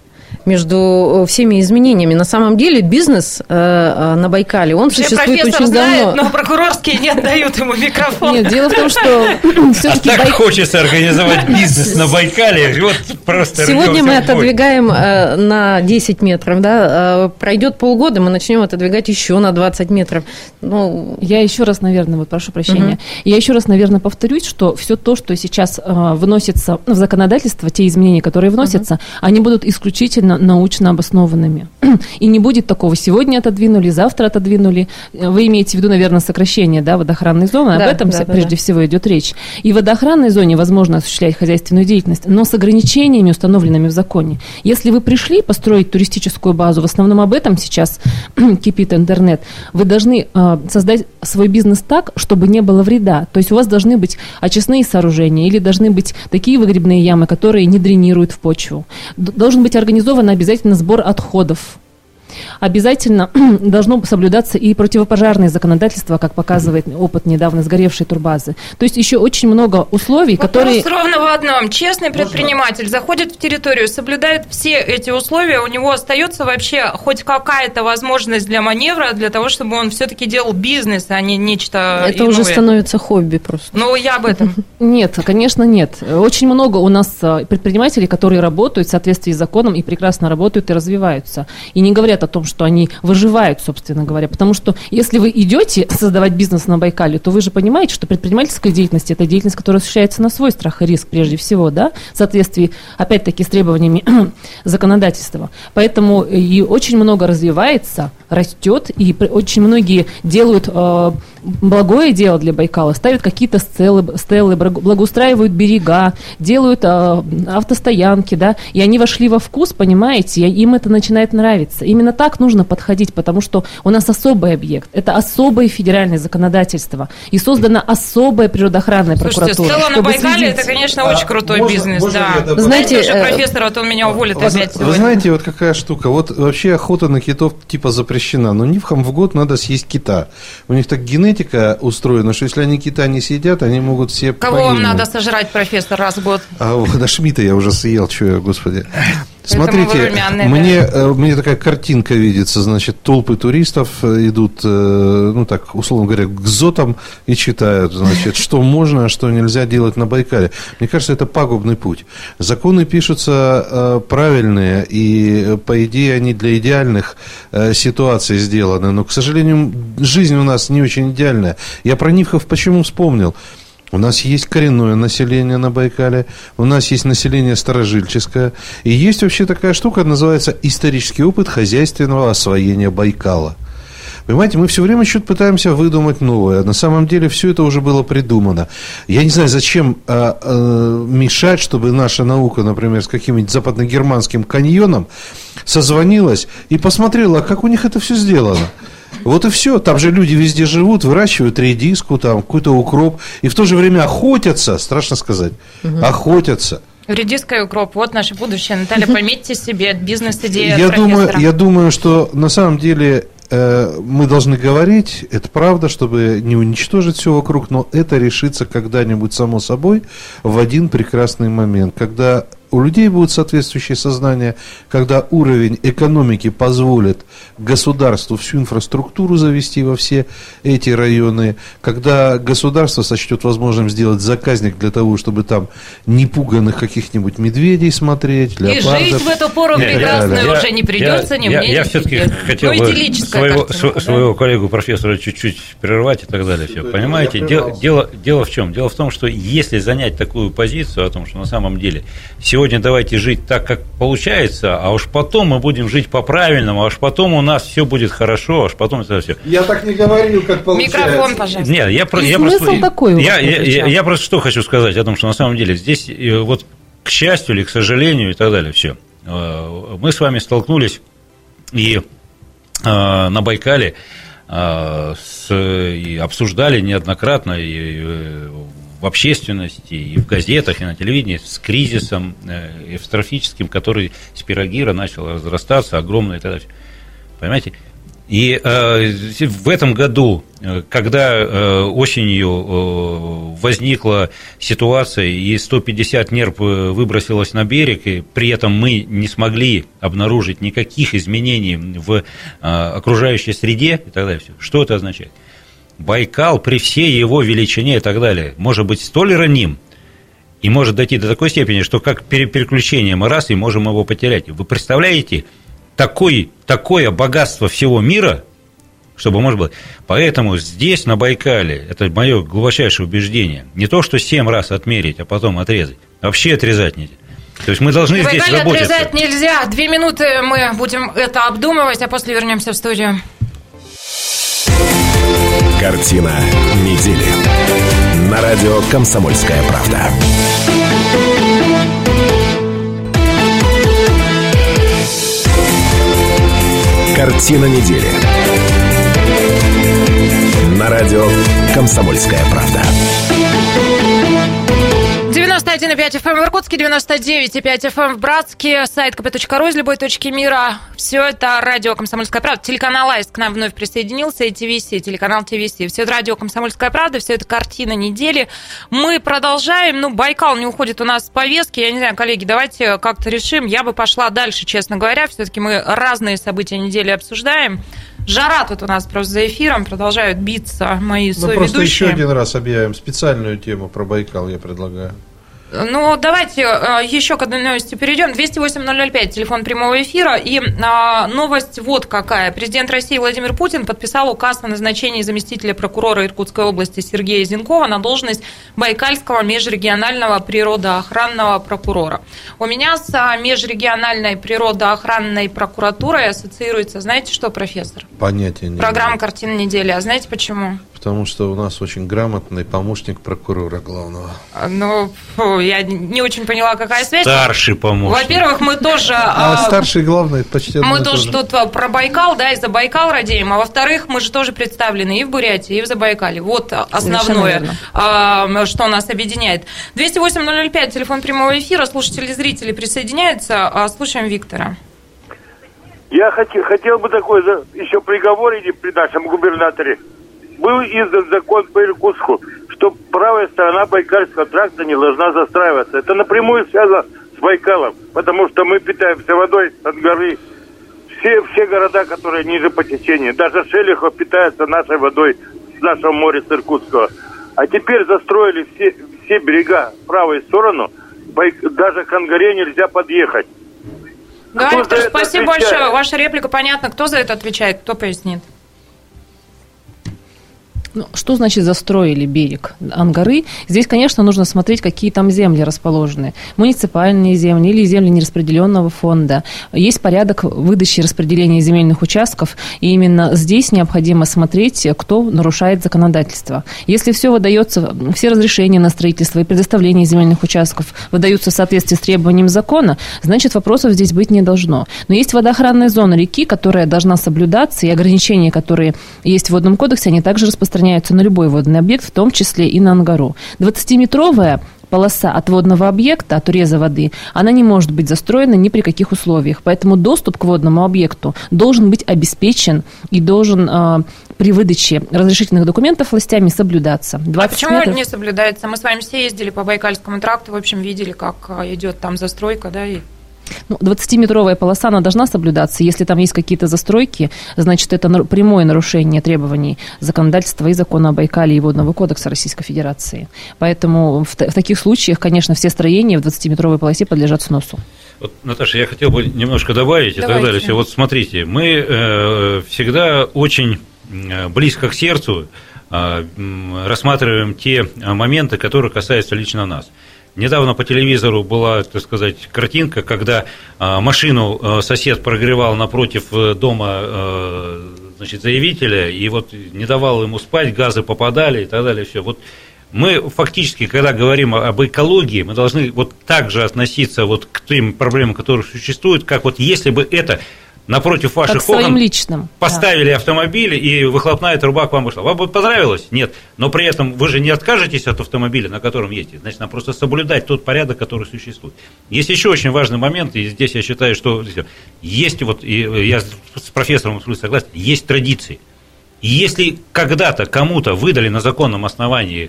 между всеми изменениями? На самом деле бизнес на Байкале, он существует очень давно. Знает, но прокурорские не отдают ему микрофон. Нет, дело в том, что все-таки так хочется организовать бизнес на Байкале. Вот просто сегодня мы отодвигаем на 10 метров, да, пройдет полгода, мы начнем отодвигать еще на 20 метров. Ну, я еще раз, наверное, вот прошу прощения, я еще раз, наверное, повторюсь, что все то, что сейчас вносится в законодательство, те изменения, которые вносятся, они будут исключительно научно обоснованными. И не будет такого, сегодня отодвинули, завтра отодвинули. Вы имеете в виду, наверное, сокращение, да, водоохранной зоны, об этом прежде всего идет речь. И в водоохранной зоне возможно осуществлять хозяйственную деятельность, но с ограничениями, установленными в законе. Если вы пришли построить туристическую базу, в основном об этом сейчас кипит интернет, вы должны создать свой бизнес так, чтобы не было вреда. То есть у вас должны быть очистные сооружения или должны быть такие выгребные ямы, которые не дренируют в почву. Должен быть организован обязательно сбор отходов. Обязательно должно соблюдаться и противопожарное законодательство, как показывает опыт недавно сгоревшей турбазы. То есть еще очень много условий, которые... Вопрос ровно в одном. Честный предприниматель заходит в территорию, соблюдает все эти условия, у него остается вообще хоть какая-то возможность для маневра, для того, чтобы он все-таки делал бизнес, а не нечто это иное. Уже становится хобби просто. Ну, я об этом. Нет, конечно, нет. Очень много у нас предпринимателей, которые работают в соответствии с законом и прекрасно работают и развиваются. И не говорят о том, что они выживают, собственно говоря. Потому что если вы идете создавать бизнес на Байкале, то вы же понимаете, что предпринимательская деятельность – это деятельность, которая осуществляется на свой страх и риск прежде всего, да, в соответствии, опять-таки, с требованиями законодательства. Поэтому и очень много развивается, растет, и очень многие делают благое дело для Байкала, ставят какие-то стелы, благоустраивают берега, делают автостоянки, да, и они вошли во вкус, понимаете, и им это начинает нравиться. Именно так нужно подходить, потому что у нас особый объект, это особое федеральное законодательство, и создана особая природоохранная прокуратура. Слушайте, стела на Байкале, это, конечно, очень крутой бизнес, да. Знаете, профессор, вот он меня уволит опять. Вы знаете, вот какая штука, вот вообще охота на китов типа запрещена, но нивхам в год надо съесть кита. У них так генетика устроена, что если они кита не съедят, они могут все Кого погибнуть. вам надо сожрать, профессор, раз в год? Да Шмидта я уже съел, что я, господи. Смотрите, мне такая картинка видится, значит, толпы туристов идут, ну так, условно говоря, к зотам и читают, значит, что можно, а что нельзя делать на Байкале. Мне кажется, это пагубный путь. Законы пишутся правильные, и, по идее, они для идеальных ситуаций сделаны, но, к сожалению, жизнь у нас не очень идеальная. Я про нивхов почему вспомнил? У нас есть коренное население на Байкале, у нас есть население старожильческое, и есть вообще такая штука, называется исторический опыт хозяйственного освоения Байкала. Понимаете, мы все время что-то пытаемся выдумать новое. На самом деле все это уже было придумано. Я не знаю, зачем мешать, чтобы наша наука, например, с каким-нибудь западногерманским каньоном созвонилась и посмотрела, как у них это все сделано. Вот и все. Там же люди везде живут, выращивают редиску, там какой-то укроп, и в то же время охотятся, страшно сказать, охотятся. Редиска и укроп, вот наше будущее. Наталья, пометьте себе, бизнес-идея я думаю, что на самом деле мы должны говорить, это правда, чтобы не уничтожить все вокруг, но это решится когда-нибудь само собой в один прекрасный момент, когда у людей будет соответствующее сознание, когда уровень экономики позволит государству всю инфраструктуру завести во все эти районы, когда государство сочтет возможным сделать заказник для того, чтобы там непуганных каких-нибудь медведей смотреть, леопардов. И жить в эту пору прекрасную уже не придется, ни мне, Я все-таки хотел бы своего коллегу профессора чуть-чуть прервать и так далее. Все. Понимаете, дело в чем? Дело в том, что если занять такую позицию о том, что на самом деле сегодня давайте жить так, как получается, а уж потом мы будем жить по-правильному, а уж потом у нас все будет хорошо, а уж потом это все. Я так не говорил, как получается. Микрофон, пожалуйста. Нет, я просто что хочу сказать о том, что на самом деле здесь, вот, к счастью или к сожалению и так далее, все. Мы с вами столкнулись и на Байкале и обсуждали неоднократно и в общественности, и в газетах, и на телевидении с кризисом эвтрофическим, который с пирогира начал разрастаться, огромный и так далее. Понимаете? И в этом году, когда осенью возникла ситуация, и 150 нерп выбросилось на берег, и при этом мы не смогли обнаружить никаких изменений в окружающей среде и так далее, что это означает? Байкал при всей его величине и так далее может быть столь раним и может дойти до такой степени, что как переключение мы раз и можем его потерять. Вы представляете такое богатство всего мира, чтобы может быть. Поэтому здесь, на Байкале, это мое глубочайшее убеждение, не то, что 7 раз отмерить, а потом отрезать, вообще отрезать нельзя. То есть мы должны здесь заботиться. Отрезать нельзя. 2 минуты мы будем это обдумывать, а после вернемся в студию. Картина недели. На радио «Комсомольская правда». Картина недели. На радио «Комсомольская правда». 91,5 FM в Иркутске, 99,5 FM в Братске, сайт kp.ru из любой точки мира. Все это радио «Комсомольская правда». Телеканал АИС к нам вновь присоединился, и ТВС, телеканал ТВС. Все это радио «Комсомольская правда», все это картина недели. Мы продолжаем. Байкал не уходит у нас с повестки. Я не знаю, коллеги, давайте как-то решим. Я бы пошла дальше, честно говоря. Все-таки мы разные события недели обсуждаем. Жара тут у нас просто за эфиром, продолжают биться мои соведущие. Просто еще один раз объявим специальную тему про Байкал, я предлагаю. Давайте еще к одной новости перейдем. 208-005, телефон прямого эфира. И новость вот какая. Президент России Владимир Путин подписал указ о назначении заместителя прокурора Иркутской области Сергея Зенкова на должность Байкальского межрегионального природоохранного прокурора. У меня с межрегиональной природоохранной прокуратурой ассоциируется, знаете что, профессор? Понятия не имею. Программа «Картина недели». А знаете почему? потому что у нас очень грамотный помощник прокурора главного. Ну, я не очень поняла, какая связь. Старший помощник. Во-первых, мы тоже... Старший и главный почти мы тоже тут про Байкал, да, и за Байкал радеем, а во-вторых, мы же тоже представлены и в Бурятии, и в Забайкале. Вот основное, что нас объединяет. 208-005, телефон прямого эфира, слушатели и зрители присоединяются. Слушаем Виктора. Я хотел бы такой еще приговор или при нашем губернаторе. Был издан закон по Иркутску, что правая сторона Байкальского тракта не должна застраиваться. Это напрямую связано с Байкалом, потому что мы питаемся водой от горы. Все города, которые ниже по течению, даже Шелихов питается нашей водой с нашего моря, с Иркутского. А теперь застроили все берега в правую сторону, даже к Ангаре нельзя подъехать. Да, Виктор, спасибо большое. Ваша реплика понятна. Кто за это отвечает? Кто пояснит? Ну, что значит застроили берег Ангары? Здесь, конечно, нужно смотреть, какие там земли расположены. Муниципальные земли или земли нераспределенного фонда. Есть порядок выдачи и распределения земельных участков, и именно здесь необходимо смотреть, кто нарушает законодательство. Если все выдается, все разрешения на строительство и предоставление земельных участков выдаются в соответствии с требованием закона, значит, вопросов здесь быть не должно. Но есть водоохранная зона реки, которая должна соблюдаться, и ограничения, которые есть в Водном кодексе, они также распространяются на любой водный объект, в том числе и на Ангару. 20-метровая полоса от водного объекта, от уреза воды, она не может быть застроена ни при каких условиях. Поэтому доступ к водному объекту должен быть обеспечен и должен при выдаче разрешительных документов властями соблюдаться. А почему метров... не соблюдается? Мы с вами все ездили по Байкальскому тракту, в общем, видели, как идет там застройка, да, и... 20-метровая полоса, она должна соблюдаться. Если там есть какие-то застройки, значит, это прямое нарушение требований законодательства и закона о Байкале и Водного кодекса Российской Федерации. Поэтому в таких случаях, конечно, все строения в 20-метровой полосе подлежат сносу. Вот, Наташа, я хотел бы немножко добавить и так далее. Все. Вот смотрите, мы всегда очень близко к сердцу рассматриваем те моменты, которые касаются лично нас. Недавно по телевизору была, так сказать, картинка, когда машину сосед прогревал напротив дома, значит, заявителя, и вот не давал ему спать, газы попадали и так далее. Все. Вот мы фактически, когда говорим об экологии, мы должны вот так же относиться вот к тем проблемам, которые существуют, как вот если бы это... Напротив ваших окон поставили автомобиль, и выхлопная труба к вам вышла. Вам бы понравилось? Нет. Но при этом вы же не откажетесь от автомобиля, на котором ездите. Значит, надо просто соблюдать тот порядок, который существует. Есть еще очень важный момент, и здесь я считаю, что есть, вот, и я с профессором согласен, есть традиции. И если когда-то кому-то выдали на законном основании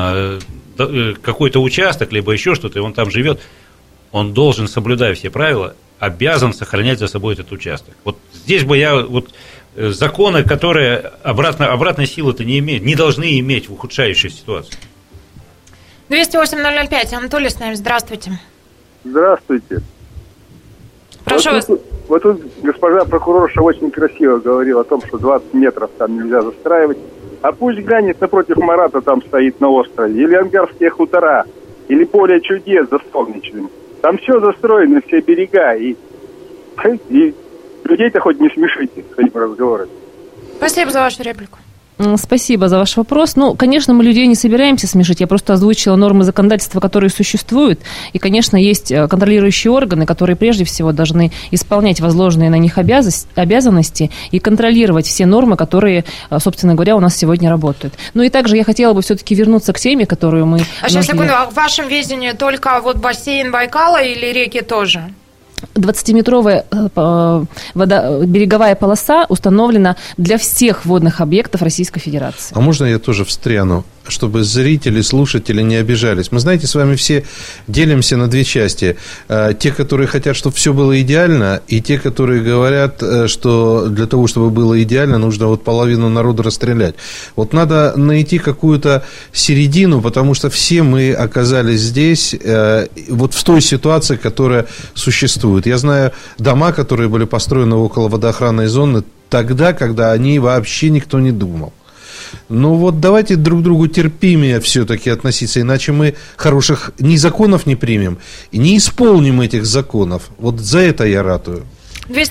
какой-то участок, либо еще что-то, и он там живет, он должен, соблюдая все правила, обязан сохранять за собой этот участок. Вот здесь бы я... Вот, законы, которые обратной силы-то не имеют, не должны иметь в ухудшающей ситуации. 208-005. Анатолий с нами. Здравствуйте. Здравствуйте. Прошу вас. Вот тут госпожа прокурорша очень красиво говорила о том, что 20 метров там нельзя застраивать. А пусть глянет, напротив Марата там стоит на острове. Или Ангарские хутора. Или поле чудес за Солнечным. Там все застроено, все берега, и людей-то хоть не смешите своими разговорами. Спасибо за вашу реплику. Спасибо за ваш вопрос. Ну, конечно, мы людей не собираемся смешить. Я просто озвучила нормы законодательства, которые существуют. И, конечно, есть контролирующие органы, которые прежде всего должны исполнять возложенные на них обязанности и контролировать все нормы, которые, собственно говоря, у нас сегодня работают. Ну и также я хотела бы все-таки вернуться к теме, которую мы... Сейчас, секунду, а в вашем видении только вот бассейн Байкала или реки тоже? 20-метровая береговая полоса установлена для всех водных объектов Российской Федерации. А можно я тоже встряну, чтобы зрители, слушатели не обижались? Мы, знаете, с вами все делимся на две части. Те, которые хотят, чтобы все было идеально, и те, которые говорят, что для того, чтобы было идеально, нужно вот половину народа расстрелять. Вот надо найти какую-то середину, потому что все мы оказались здесь вот в той ситуации, которая существует. Я знаю дома, которые были построены около водоохранной зоны тогда, когда о ней вообще никто не думал. Ну вот давайте друг к другу терпимее все-таки относиться, иначе мы хороших ни законов не примем и не исполним этих законов. Вот за это я ратую.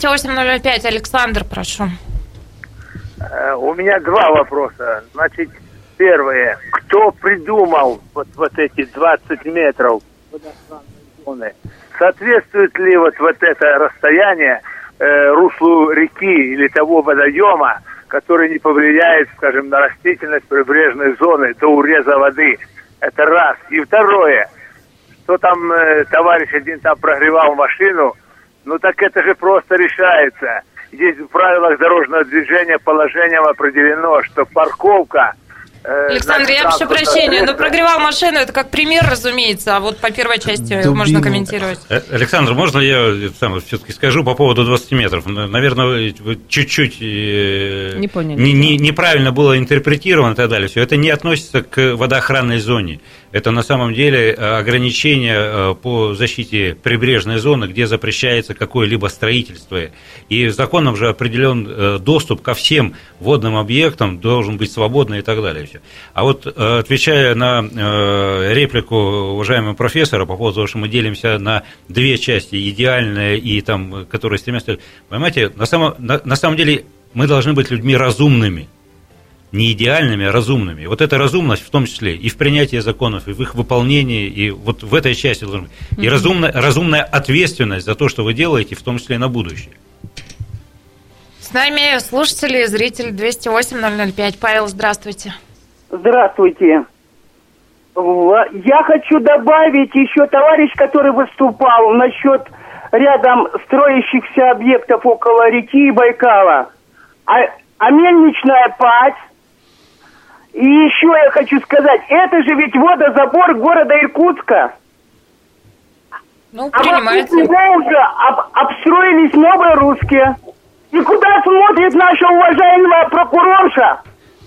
208-005, Александр, прошу. У меня два вопроса. Значит, Первое. Кто придумал вот эти 20 метров водоохранной зоны? Соответствует ли вот это расстояние руслу реки или того водоема, который не повлияет, скажем, на растительность прибрежной зоны до уреза воды? Это раз. И второе. Что там товарищ один там прогревал машину, ну так это же просто решается. Здесь в правилах дорожного движения положением определено, что парковка... Александр, я прошу прощения, но прогревал машину, это как пример, разумеется, а вот по первой части можно комментировать. Александр, можно я все-таки скажу по поводу 20 метров? Наверное, вы чуть-чуть неправильно было интерпретировано и так далее. Все это не относится к водоохранной зоне. Это на самом деле ограничение по защите прибрежной зоны, где запрещается какое-либо строительство. И законом же определен доступ ко всем водным объектам, должен быть свободный и так далее. А вот отвечая на реплику уважаемого профессора по поводу того, что мы делимся на две части, идеальная и там, которые стремятся... Понимаете, на самом деле мы должны быть людьми разумными. Не идеальными, а разумными. Вот эта разумность, в том числе и в принятии законов, и в их выполнении, и вот в этой части должна быть. И разумная ответственность за то, что вы делаете, в том числе и на будущее. С нами слушатели и зритель 208-005. Павел, здравствуйте. Здравствуйте. Я хочу добавить еще товарищ, который выступал насчет рядом строящихся объектов около реки Байкала. А мельничная падь. И еще я хочу сказать, это же ведь водозабор города Иркутска. Ну, принимается. А вокруг уже обстроились новые русские. И куда смотрит наша уважаемая прокурорша?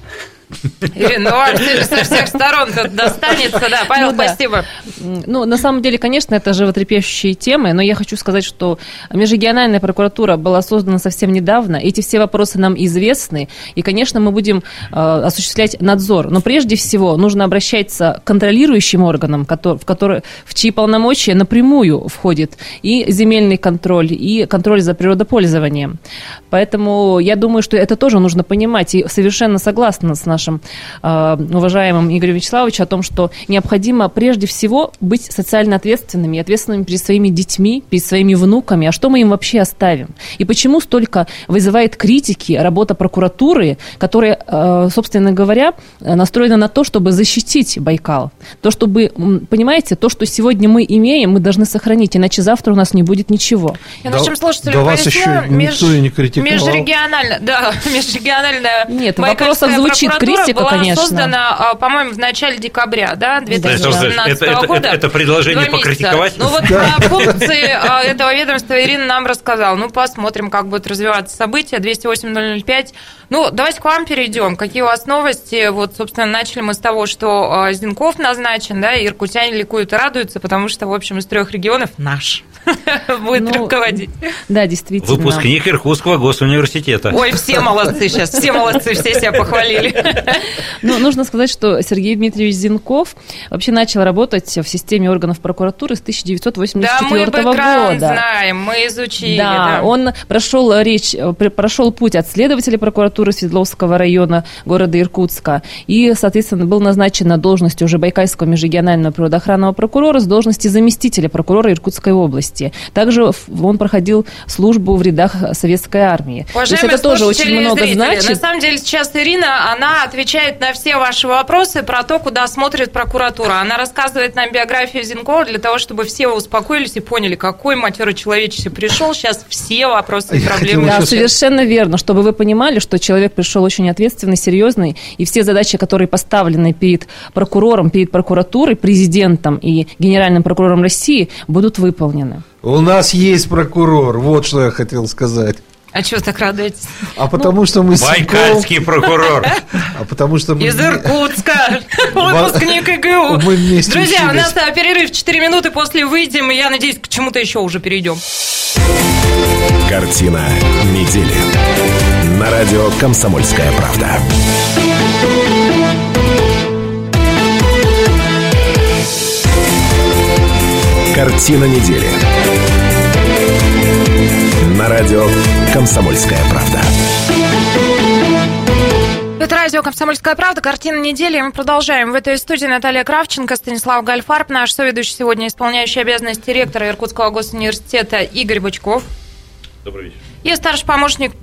Ирина, со всех сторон тут достанется, да. Павел, спасибо. Ну, на самом деле, конечно, это животрепещущие темы, но я хочу сказать, что межрегиональная прокуратура была создана совсем недавно, эти все вопросы нам известны, и, конечно, мы будем осуществлять надзор, но прежде всего нужно обращаться к контролирующим органам, в чьи полномочия напрямую входит и земельный контроль, и контроль за природопользованием. Поэтому я думаю, что это тоже нужно понимать, и совершенно согласна с нашим уважаемым Игорем Вячеславовичем о том, что необходимо прежде всего быть социально ответственными и ответственными перед своими детьми, перед своими внуками. А что мы им вообще оставим? И почему столько вызывает критики работа прокуратуры, которая, собственно говоря, настроена на то, чтобы защитить Байкал? То, чтобы, понимаете, то, что сегодня мы имеем, мы должны сохранить, иначе завтра у нас не будет ничего. Я нашим слушателям вас еще никто и не критиковал. Межрегиональная Нет, в вопросах звучит критика, была конечно. создана, по-моему, в начале декабря, да, 2017 года. Это предложение покритиковать? Ну вот про функции этого ведомства Ирина нам рассказала. Ну, посмотрим, как будут развиваться события. 208-005. Ну, давайте к вам перейдем. Какие у вас новости? Вот, собственно, начали мы с того, что Зинков назначен, да, и иркутяне ликуют и радуются, потому что, в общем, из 3 регионов наш будет руководить. Да, действительно. Выпускник Иркутского госуниверситета. Ой, все молодцы сейчас, все молодцы, все себя похвалили. Ну, нужно сказать, что Сергей Дмитриевич Зинков вообще начал работать в системе органов прокуратуры с 1984 года. Да, мы бэкграунд знаем, мы изучили. Да, он прошел путь от следователя прокуратуры Свердловского района города Иркутска и, соответственно, был назначен на должность уже Байкальского межрегионального природоохранного прокурора с должности заместителя прокурора Иркутской области. Также он проходил службу в рядах Советской армии. Уважаемые, то есть это тоже очень много значит. На самом деле сейчас Ирина, она отвечает на все ваши вопросы про то, куда смотрит прокуратура. Она рассказывает нам биографию Зинкова для того, чтобы все успокоились и поняли, какой матерый человечище пришел. Сейчас все вопросы и проблемы. Да, совершенно верно. Чтобы вы понимали, что человек пришел очень ответственный, серьезный, и все задачи, которые поставлены перед прокурором, перед прокуратурой, президентом и генеральным прокурором России, будут выполнены. У нас есть прокурор, вот что я хотел сказать. А чего так радуетесь? А потому что мы... Байкальский прокурор. А потому что мы... Из Иркутска. Выпускник ИГУ. Друзья, у нас перерыв 4 минуты, после выйдем, и я надеюсь, к чему-то еще уже перейдем. Картина недели. На радио «Комсомольская правда». Картина недели. На радио «Комсомольская правда». Это радио «Комсомольская правда», картина недели. Мы продолжаем. В этой студии Наталья Кравченко, Станислав Гальфарб, наш соведущий сегодня, исполняющий обязанности ректора Иркутского госуниверситета Игорь Бычков. Добрый вечер. И старший помощник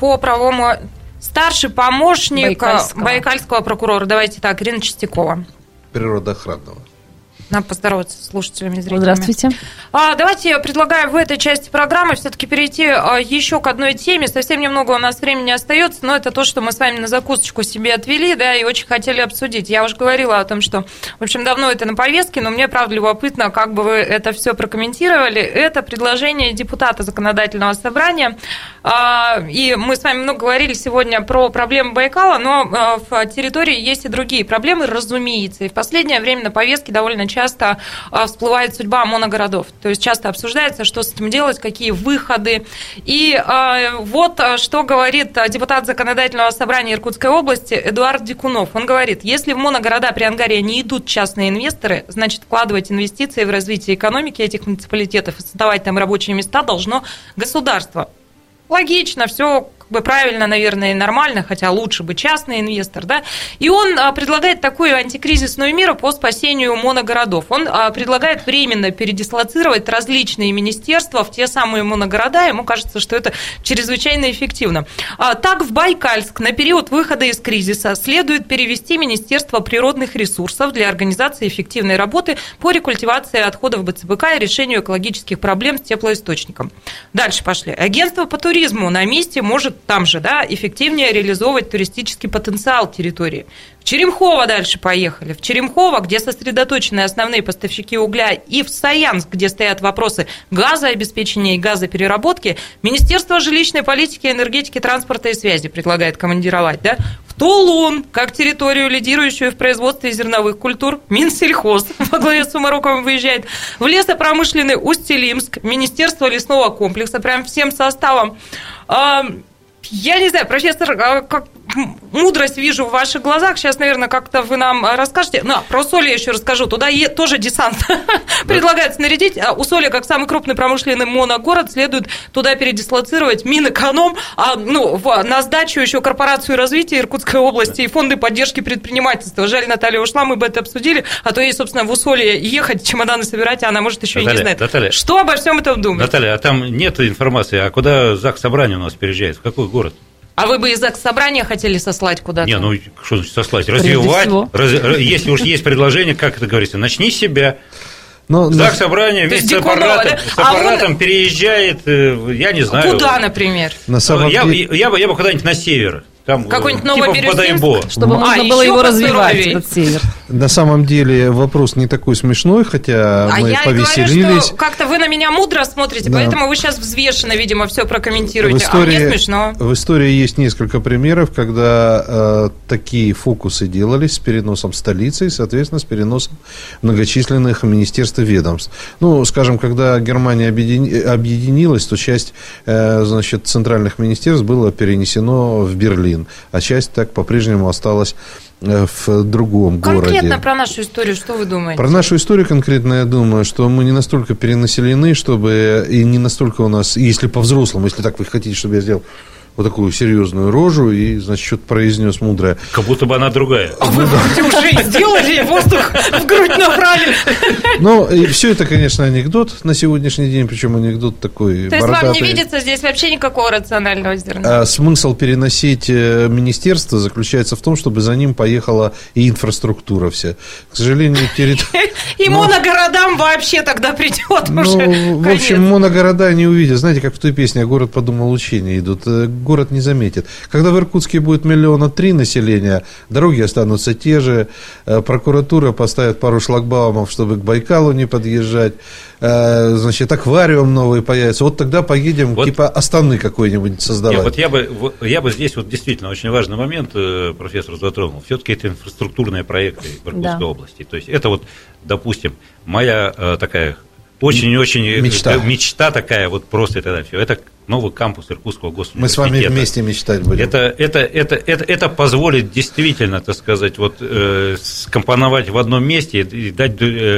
Байкальского прокурора, давайте так, Ирина Чистякова. Природоохранного. Надо поздороваться с слушателями и зрителями. Здравствуйте. Давайте я предлагаю в этой части программы все-таки перейти еще к одной теме. Совсем немного у нас времени остается, но это то, что мы с вами на закусочку себе отвели, да, и очень хотели обсудить. Я уже говорила о том, что, в общем, давно это на повестке, но мне, правда, любопытно, как бы вы это все прокомментировали. Это предложение депутата Законодательного собрания. И мы с вами много говорили сегодня про проблемы Байкала, но в территории есть и другие проблемы, разумеется. И в последнее время на повестке довольно часто всплывает судьба моногородов. То есть часто обсуждается, что с этим делать, какие выходы. И вот что говорит депутат Законодательного собрания Иркутской области Эдуард Дикунов. Он говорит, если в моногорода при Ангаре не идут частные инвесторы, значит, вкладывать инвестиции в развитие экономики этих муниципалитетов и создавать там рабочие места должно государство. Логично, все как бы правильно, наверное, и нормально, хотя лучше бы частный инвестор, да. И он предлагает такую антикризисную меру по спасению моногородов. Он предлагает временно передислоцировать различные министерства в те самые моногорода. Ему кажется, что это чрезвычайно эффективно. Так, в Байкальск на период выхода из кризиса следует перевести Министерство природных ресурсов для организации эффективной работы по рекультивации отходов БЦПК и решению экологических проблем с теплоисточником. Дальше пошли. Агентство по туризму на месте может там же, да, эффективнее реализовывать туристический потенциал территории. В Черемхово дальше поехали. В Черемхово, где сосредоточены основные поставщики угля, и в Саянск, где стоят вопросы газообеспечения и газопереработки, Министерство жилищной политики, энергетики, транспорта и связи предлагает командировать, да? В Тулун, как территорию, лидирующую в производстве зерновых культур, Минсельхоз во главе с Сумароковым выезжает. В лесопромышленный Усть-Илимск, Министерство лесного комплекса, прям всем составом. Я не знаю, профессор, как мудрость вижу в ваших глазах. Сейчас, наверное, как-то вы нам расскажете. Про Усолье я еще расскажу. Туда тоже десант предлагается нарядить. Усолье, как самый крупный промышленный моногород, следует туда передислоцировать Минэконом, на сдачу еще Корпорацию развития Иркутской области и фонды поддержки предпринимательства. Жаль, Наталья ушла, мы бы это обсудили, а то ей, собственно, в Усолье ехать, чемоданы собирать, а она, может, еще Наталья, и не знает. Наталья, что обо всем этом думаете? Наталья, а там нет информации, а куда Заксобрание у нас переезжает? В какой город? А вы бы из Заксобрания хотели сослать куда-то? Не, что значит сослать? Развивать. Если уж есть предложение, как это говорится, начни с себя. Заксобрание вместе с аппаратом переезжает, я не знаю. Куда, например? Я бы куда-нибудь на север. Какой-нибудь Новобирюзинск, чтобы можно было его развивать, этот север. На самом деле вопрос не такой смешной, хотя мы повеселились. Я говорю, что как-то вы на меня мудро смотрите, поэтому вы сейчас взвешенно, видимо, все прокомментируете, мне смешно. В истории есть несколько примеров, когда такие фокусы делались с переносом столицы и, соответственно, с переносом многочисленных министерств и ведомств. Скажем, когда Германия объединилась, то часть, центральных министерств было перенесено в Берлин, а часть так по-прежнему осталась в другом городе. Конкретно про нашу историю, что вы думаете? Про нашу историю конкретно я думаю, что мы не настолько перенаселены, чтобы и не настолько у нас, если по-взрослому, если так вы хотите, чтобы я сделал вот такую серьезную рожу и, что-то произнес мудрое. Как будто бы она другая. А вы уже сделали, воздух в грудь набрали. И все это, конечно, анекдот на сегодняшний день, причем анекдот такой бородатый. То есть вам не видится здесь вообще никакого рационального зерна? Смысл переносить министерство заключается в том, чтобы за ним поехала и инфраструктура вся. К сожалению, территория... И моногородам вообще тогда придет уже. В общем, моногорода не увидят. Знаете, как в той песне «Город подумал, учения идут». Город не заметит. Когда в Иркутске будет 3 миллиона населения, дороги останутся те же, прокуратура поставит пару шлагбаумов, чтобы к Байкалу не подъезжать, аквариум новый появится. Вот тогда поедем, типа Астаны какой-нибудь создавать. Я бы здесь действительно очень важный момент профессор затронул. Все-таки это инфраструктурные проекты в Иркутской области. То есть это допустим, моя такая очень-очень мечта такая, просто и тогда все. Это новый кампус Иркутского госуниверситета. Мы с вами вместе мечтать будем. Это позволит действительно, так сказать, скомпоновать в одном месте и дать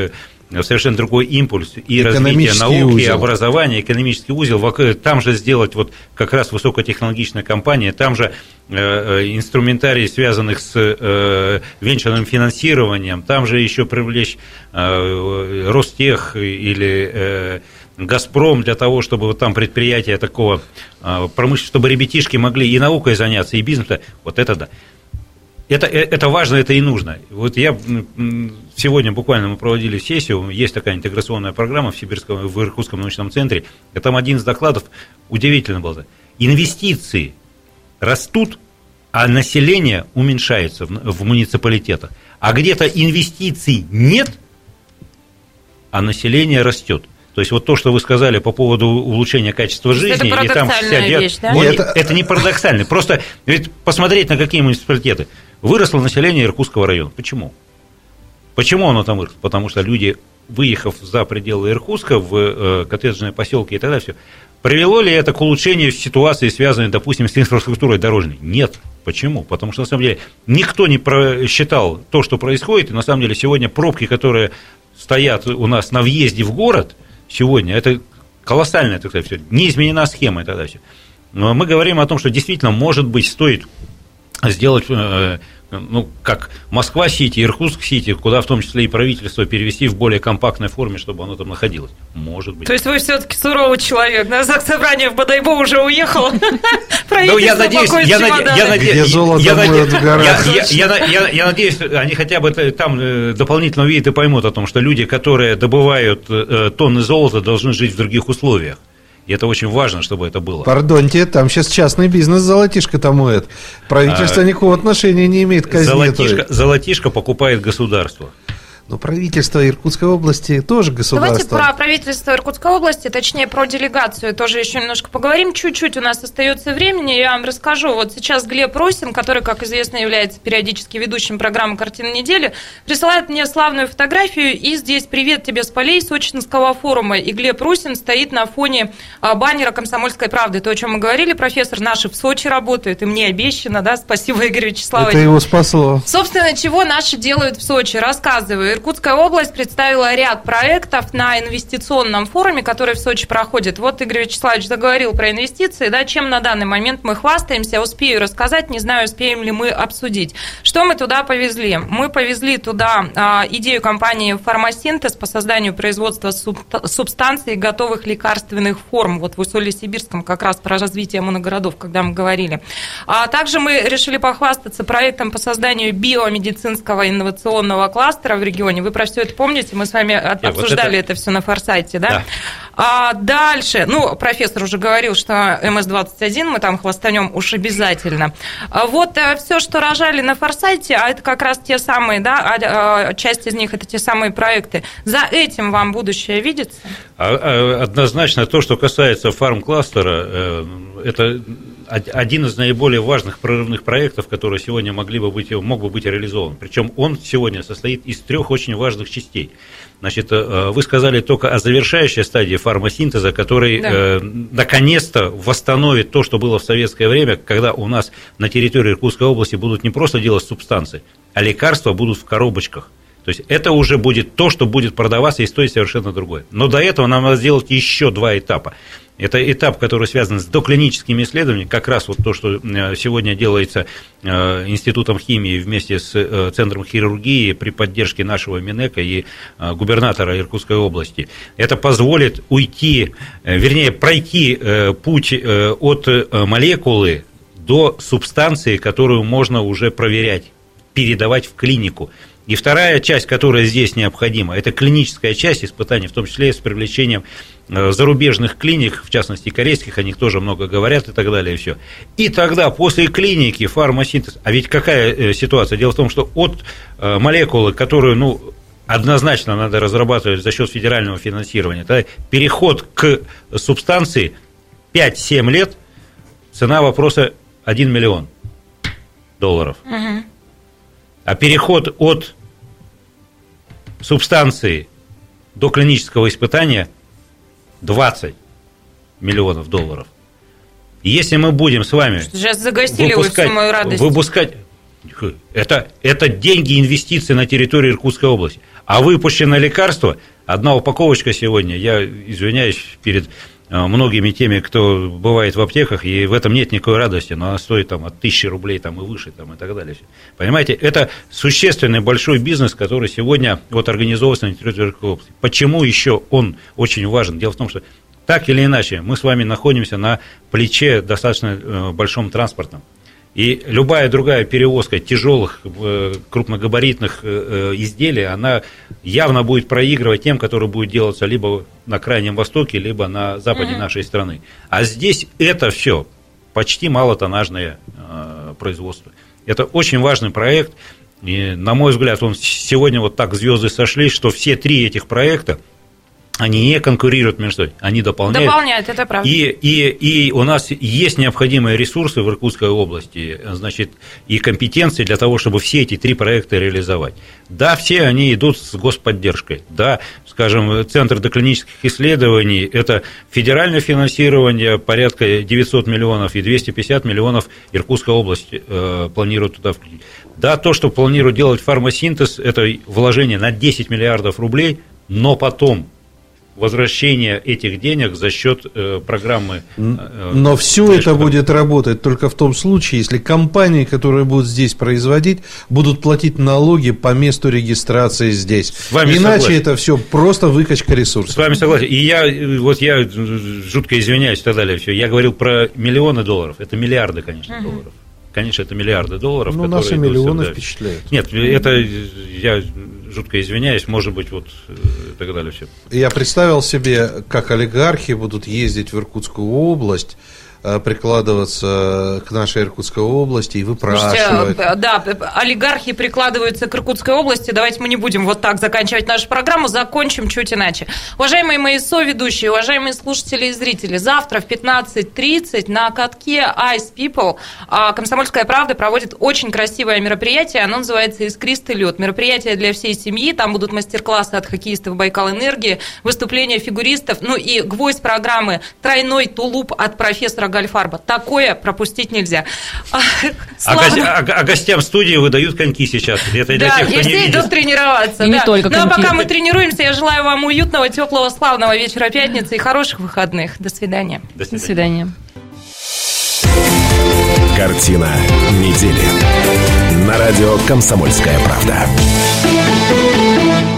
совершенно другой импульс и развитие науки, образования, экономический узел. Там же сделать вот как раз высокотехнологичная компания, там же инструментарий, связанных с венчурным финансированием, там же еще привлечь Ростех или Газпром для того, чтобы вот там предприятия такого промышленного, чтобы ребятишки могли и наукой заняться, и бизнесом. Вот это да. Это важно, это и нужно. Вот я сегодня буквально мы проводили сессию, есть такая интеграционная программа в Иркутском научном центре, и там один из докладов удивительно был. Инвестиции растут, а население уменьшается в муниципалитетах. А где-то инвестиций нет, а население растет. То есть вот то, что вы сказали по поводу улучшения качества жизни, это и там вещь, да? Это не парадоксально. Просто ведь посмотреть на какие муниципалитеты. Выросло население Иркутского района. Почему? Почему оно там выросло? Потому что люди, выехав за пределы Иркутска в коттеджные поселки и так далее, все. Привело ли это к улучшению ситуации, связанной, допустим, с инфраструктурой дорожной? Нет. Почему? Потому что, на самом деле, никто не просчитал то, что происходит, и, на самом деле, сегодня пробки, которые стоят у нас на въезде в город, сегодня, это колоссальная, так сказать, все, не изменена схема и так далее. Но мы говорим о том, что действительно, может быть, стоит сделать, как Москва-Сити, Иркутск-Сити, куда в том числе и правительство перевести в более компактной форме, чтобы оно там находилось. Может быть. То есть вы все-таки суровый человек. На заксобрание в Бодайбо уже уехало. Я надеюсь, они хотя бы там дополнительно увидят и поймут о том, что люди, которые добывают тонны золота, должны жить в других условиях. И это очень важно, чтобы это было. Пардоньте, там сейчас частный бизнес золотишко-то моет. Правительство никакого отношения не имеет к казне. Золотишко покупает государство. Но правительство Иркутской области тоже государство. Давайте про правительство Иркутской области, точнее, про делегацию тоже еще немножко поговорим. Чуть-чуть у нас остается времени, я вам расскажу. Вот сейчас Глеб Русин, который, как известно, является периодически ведущим программы «Картина недели», присылает мне славную фотографию, и здесь «Привет тебе с полей Сочинского форума». И Глеб Русин стоит на фоне баннера «Комсомольской правды». То, о чем мы говорили, профессор наши в Сочи работают, и мне обещано, да, спасибо, Игорь Вячеславович. Это его спасло. Собственно, чего наши делают в Сочи, рассказываю. Иркутская область представила ряд проектов на инвестиционном форуме, который в Сочи проходит. Вот Игорь Вячеславович заговорил про инвестиции, да, чем на данный момент мы хвастаемся, успею рассказать, не знаю, успеем ли мы обсудить. Что мы туда повезли? Мы повезли туда идею компании «Фармасинтез» по созданию производства субстанций готовых лекарственных форм. Вот в Усолье-Сибирском как раз про развитие моногородов, когда мы говорили. А также мы решили похвастаться проектом по созданию биомедицинского инновационного кластера в регионе. Вы про все это помните? Мы с вами обсуждали это все на Форсайте, да? А дальше, профессор уже говорил, что МС-21 мы там хвастанем уж обязательно. Вот все, что рожали на Форсайте, а это как раз те самые, да, часть из них это те самые проекты. За этим вам будущее видится? Однозначно то, что касается фарм-кластера, это один из наиболее важных прорывных проектов, который сегодня мог бы быть реализован. Причем он сегодня состоит из 3 очень важных частей. Значит, вы сказали только о завершающей стадии фармасинтеза, который наконец-то восстановит то, что было в советское время, когда у нас на территории Иркутской области будут не просто делать субстанции, а лекарства будут в коробочках. То есть это уже будет то, что будет продаваться и стоить совершенно другое. Но до этого нам надо сделать еще 2 этапа. Это этап, который связан с доклиническими исследованиями, как раз вот то, что сегодня делается Институтом химии вместе с Центром хирургии при поддержке нашего Минэка и губернатора Иркутской области. Это позволит пройти путь от молекулы до субстанции, которую можно уже проверять, передавать в клинику. И вторая часть, которая здесь необходима, это клиническая часть испытаний, в том числе с привлечением зарубежных клиник, в частности корейских, о них тоже много говорят и так далее. И все. И тогда после клиники фармасинтез, а ведь какая ситуация? Дело в том, что от молекулы, которую однозначно надо разрабатывать за счет федерального финансирования, да, переход к субстанции 5-7 лет, цена вопроса $1 миллион. Угу. А переход от субстанции до клинического испытания $20 миллионов. И если мы будем с вами сейчас загостили вы всю мою радость. Это деньги, инвестиции на территории Иркутской области. А выпущенное лекарство, одна упаковочка сегодня, я извиняюсь перед многими теми, кто бывает в аптеках, и в этом нет никакой радости, но она стоит там, от 1000 рублей там, и выше там, и так далее. Понимаете, это существенный большой бизнес, который сегодня вот, организовывается на территории Иркутской области. Почему еще он очень важен? Дело в том, что так или иначе мы с вами находимся на плече достаточно большом транспортном. И любая другая перевозка тяжелых, крупногабаритных изделий, она явно будет проигрывать тем, которые будут делаться либо на Крайнем Востоке, либо на западе нашей страны. А здесь это все почти малотоннажное производство. Это очень важный проект. И, на мой взгляд, он сегодня вот так звезды сошлись, что все три этих проекта, они не конкурируют между собой, они дополняют. Дополняют, это правда. И у нас есть необходимые ресурсы в Иркутской области, значит, и компетенции для того, чтобы все эти три проекта реализовать. Да, все они идут с господдержкой. Да, скажем, Центр доклинических исследований – это федеральное финансирование, порядка 900 миллионов, и 250 миллионов Иркутская область планирует туда включить. Да, то, что планирует делать фармасинтез, это вложение на 10 миллиардов рублей, но потом возвращение этих денег за счет программы. Но все это будет работать только в том случае, если компании, которые будут здесь производить, будут платить налоги по месту регистрации здесь. Иначе согласен. Это все просто выкачка ресурсов. С вами согласен. И я жутко извиняюсь и так далее. Я говорил про миллионы долларов. Это миллиарды, конечно, долларов. Конечно, это миллиарды долларов. Но наши миллионы впечатляют. Нет, это я жутко извиняюсь, может быть, вот и так далее все. Я представил себе, как олигархи будут ездить в Иркутскую область, прикладываться к нашей Иркутской области и выпрашивать. Слушайте, да, олигархи прикладываются к Иркутской области. Давайте мы не будем вот так заканчивать нашу программу, закончим чуть иначе. Уважаемые мои соведущие, уважаемые слушатели и зрители, завтра в 15:30 на катке Ice People «Комсомольская правда» проводит очень красивое мероприятие. Оно называется «Искристый лед». Мероприятие для всей семьи. Там будут мастер-классы от хоккеистов «Байкал-Энергии», выступления фигуристов, ну и гвоздь программы «Тройной тулуп» от профессора Гальфарба. Такое пропустить нельзя. А гостям студии выдают коньки сейчас. Это для тех, кто не все видит. идут тренироваться. И не только коньки. Ну а пока мы тренируемся, я желаю вам уютного, теплого, славного вечера пятницы и хороших выходных. До свидания. До свидания. Картина недели. На радио «Комсомольская правда».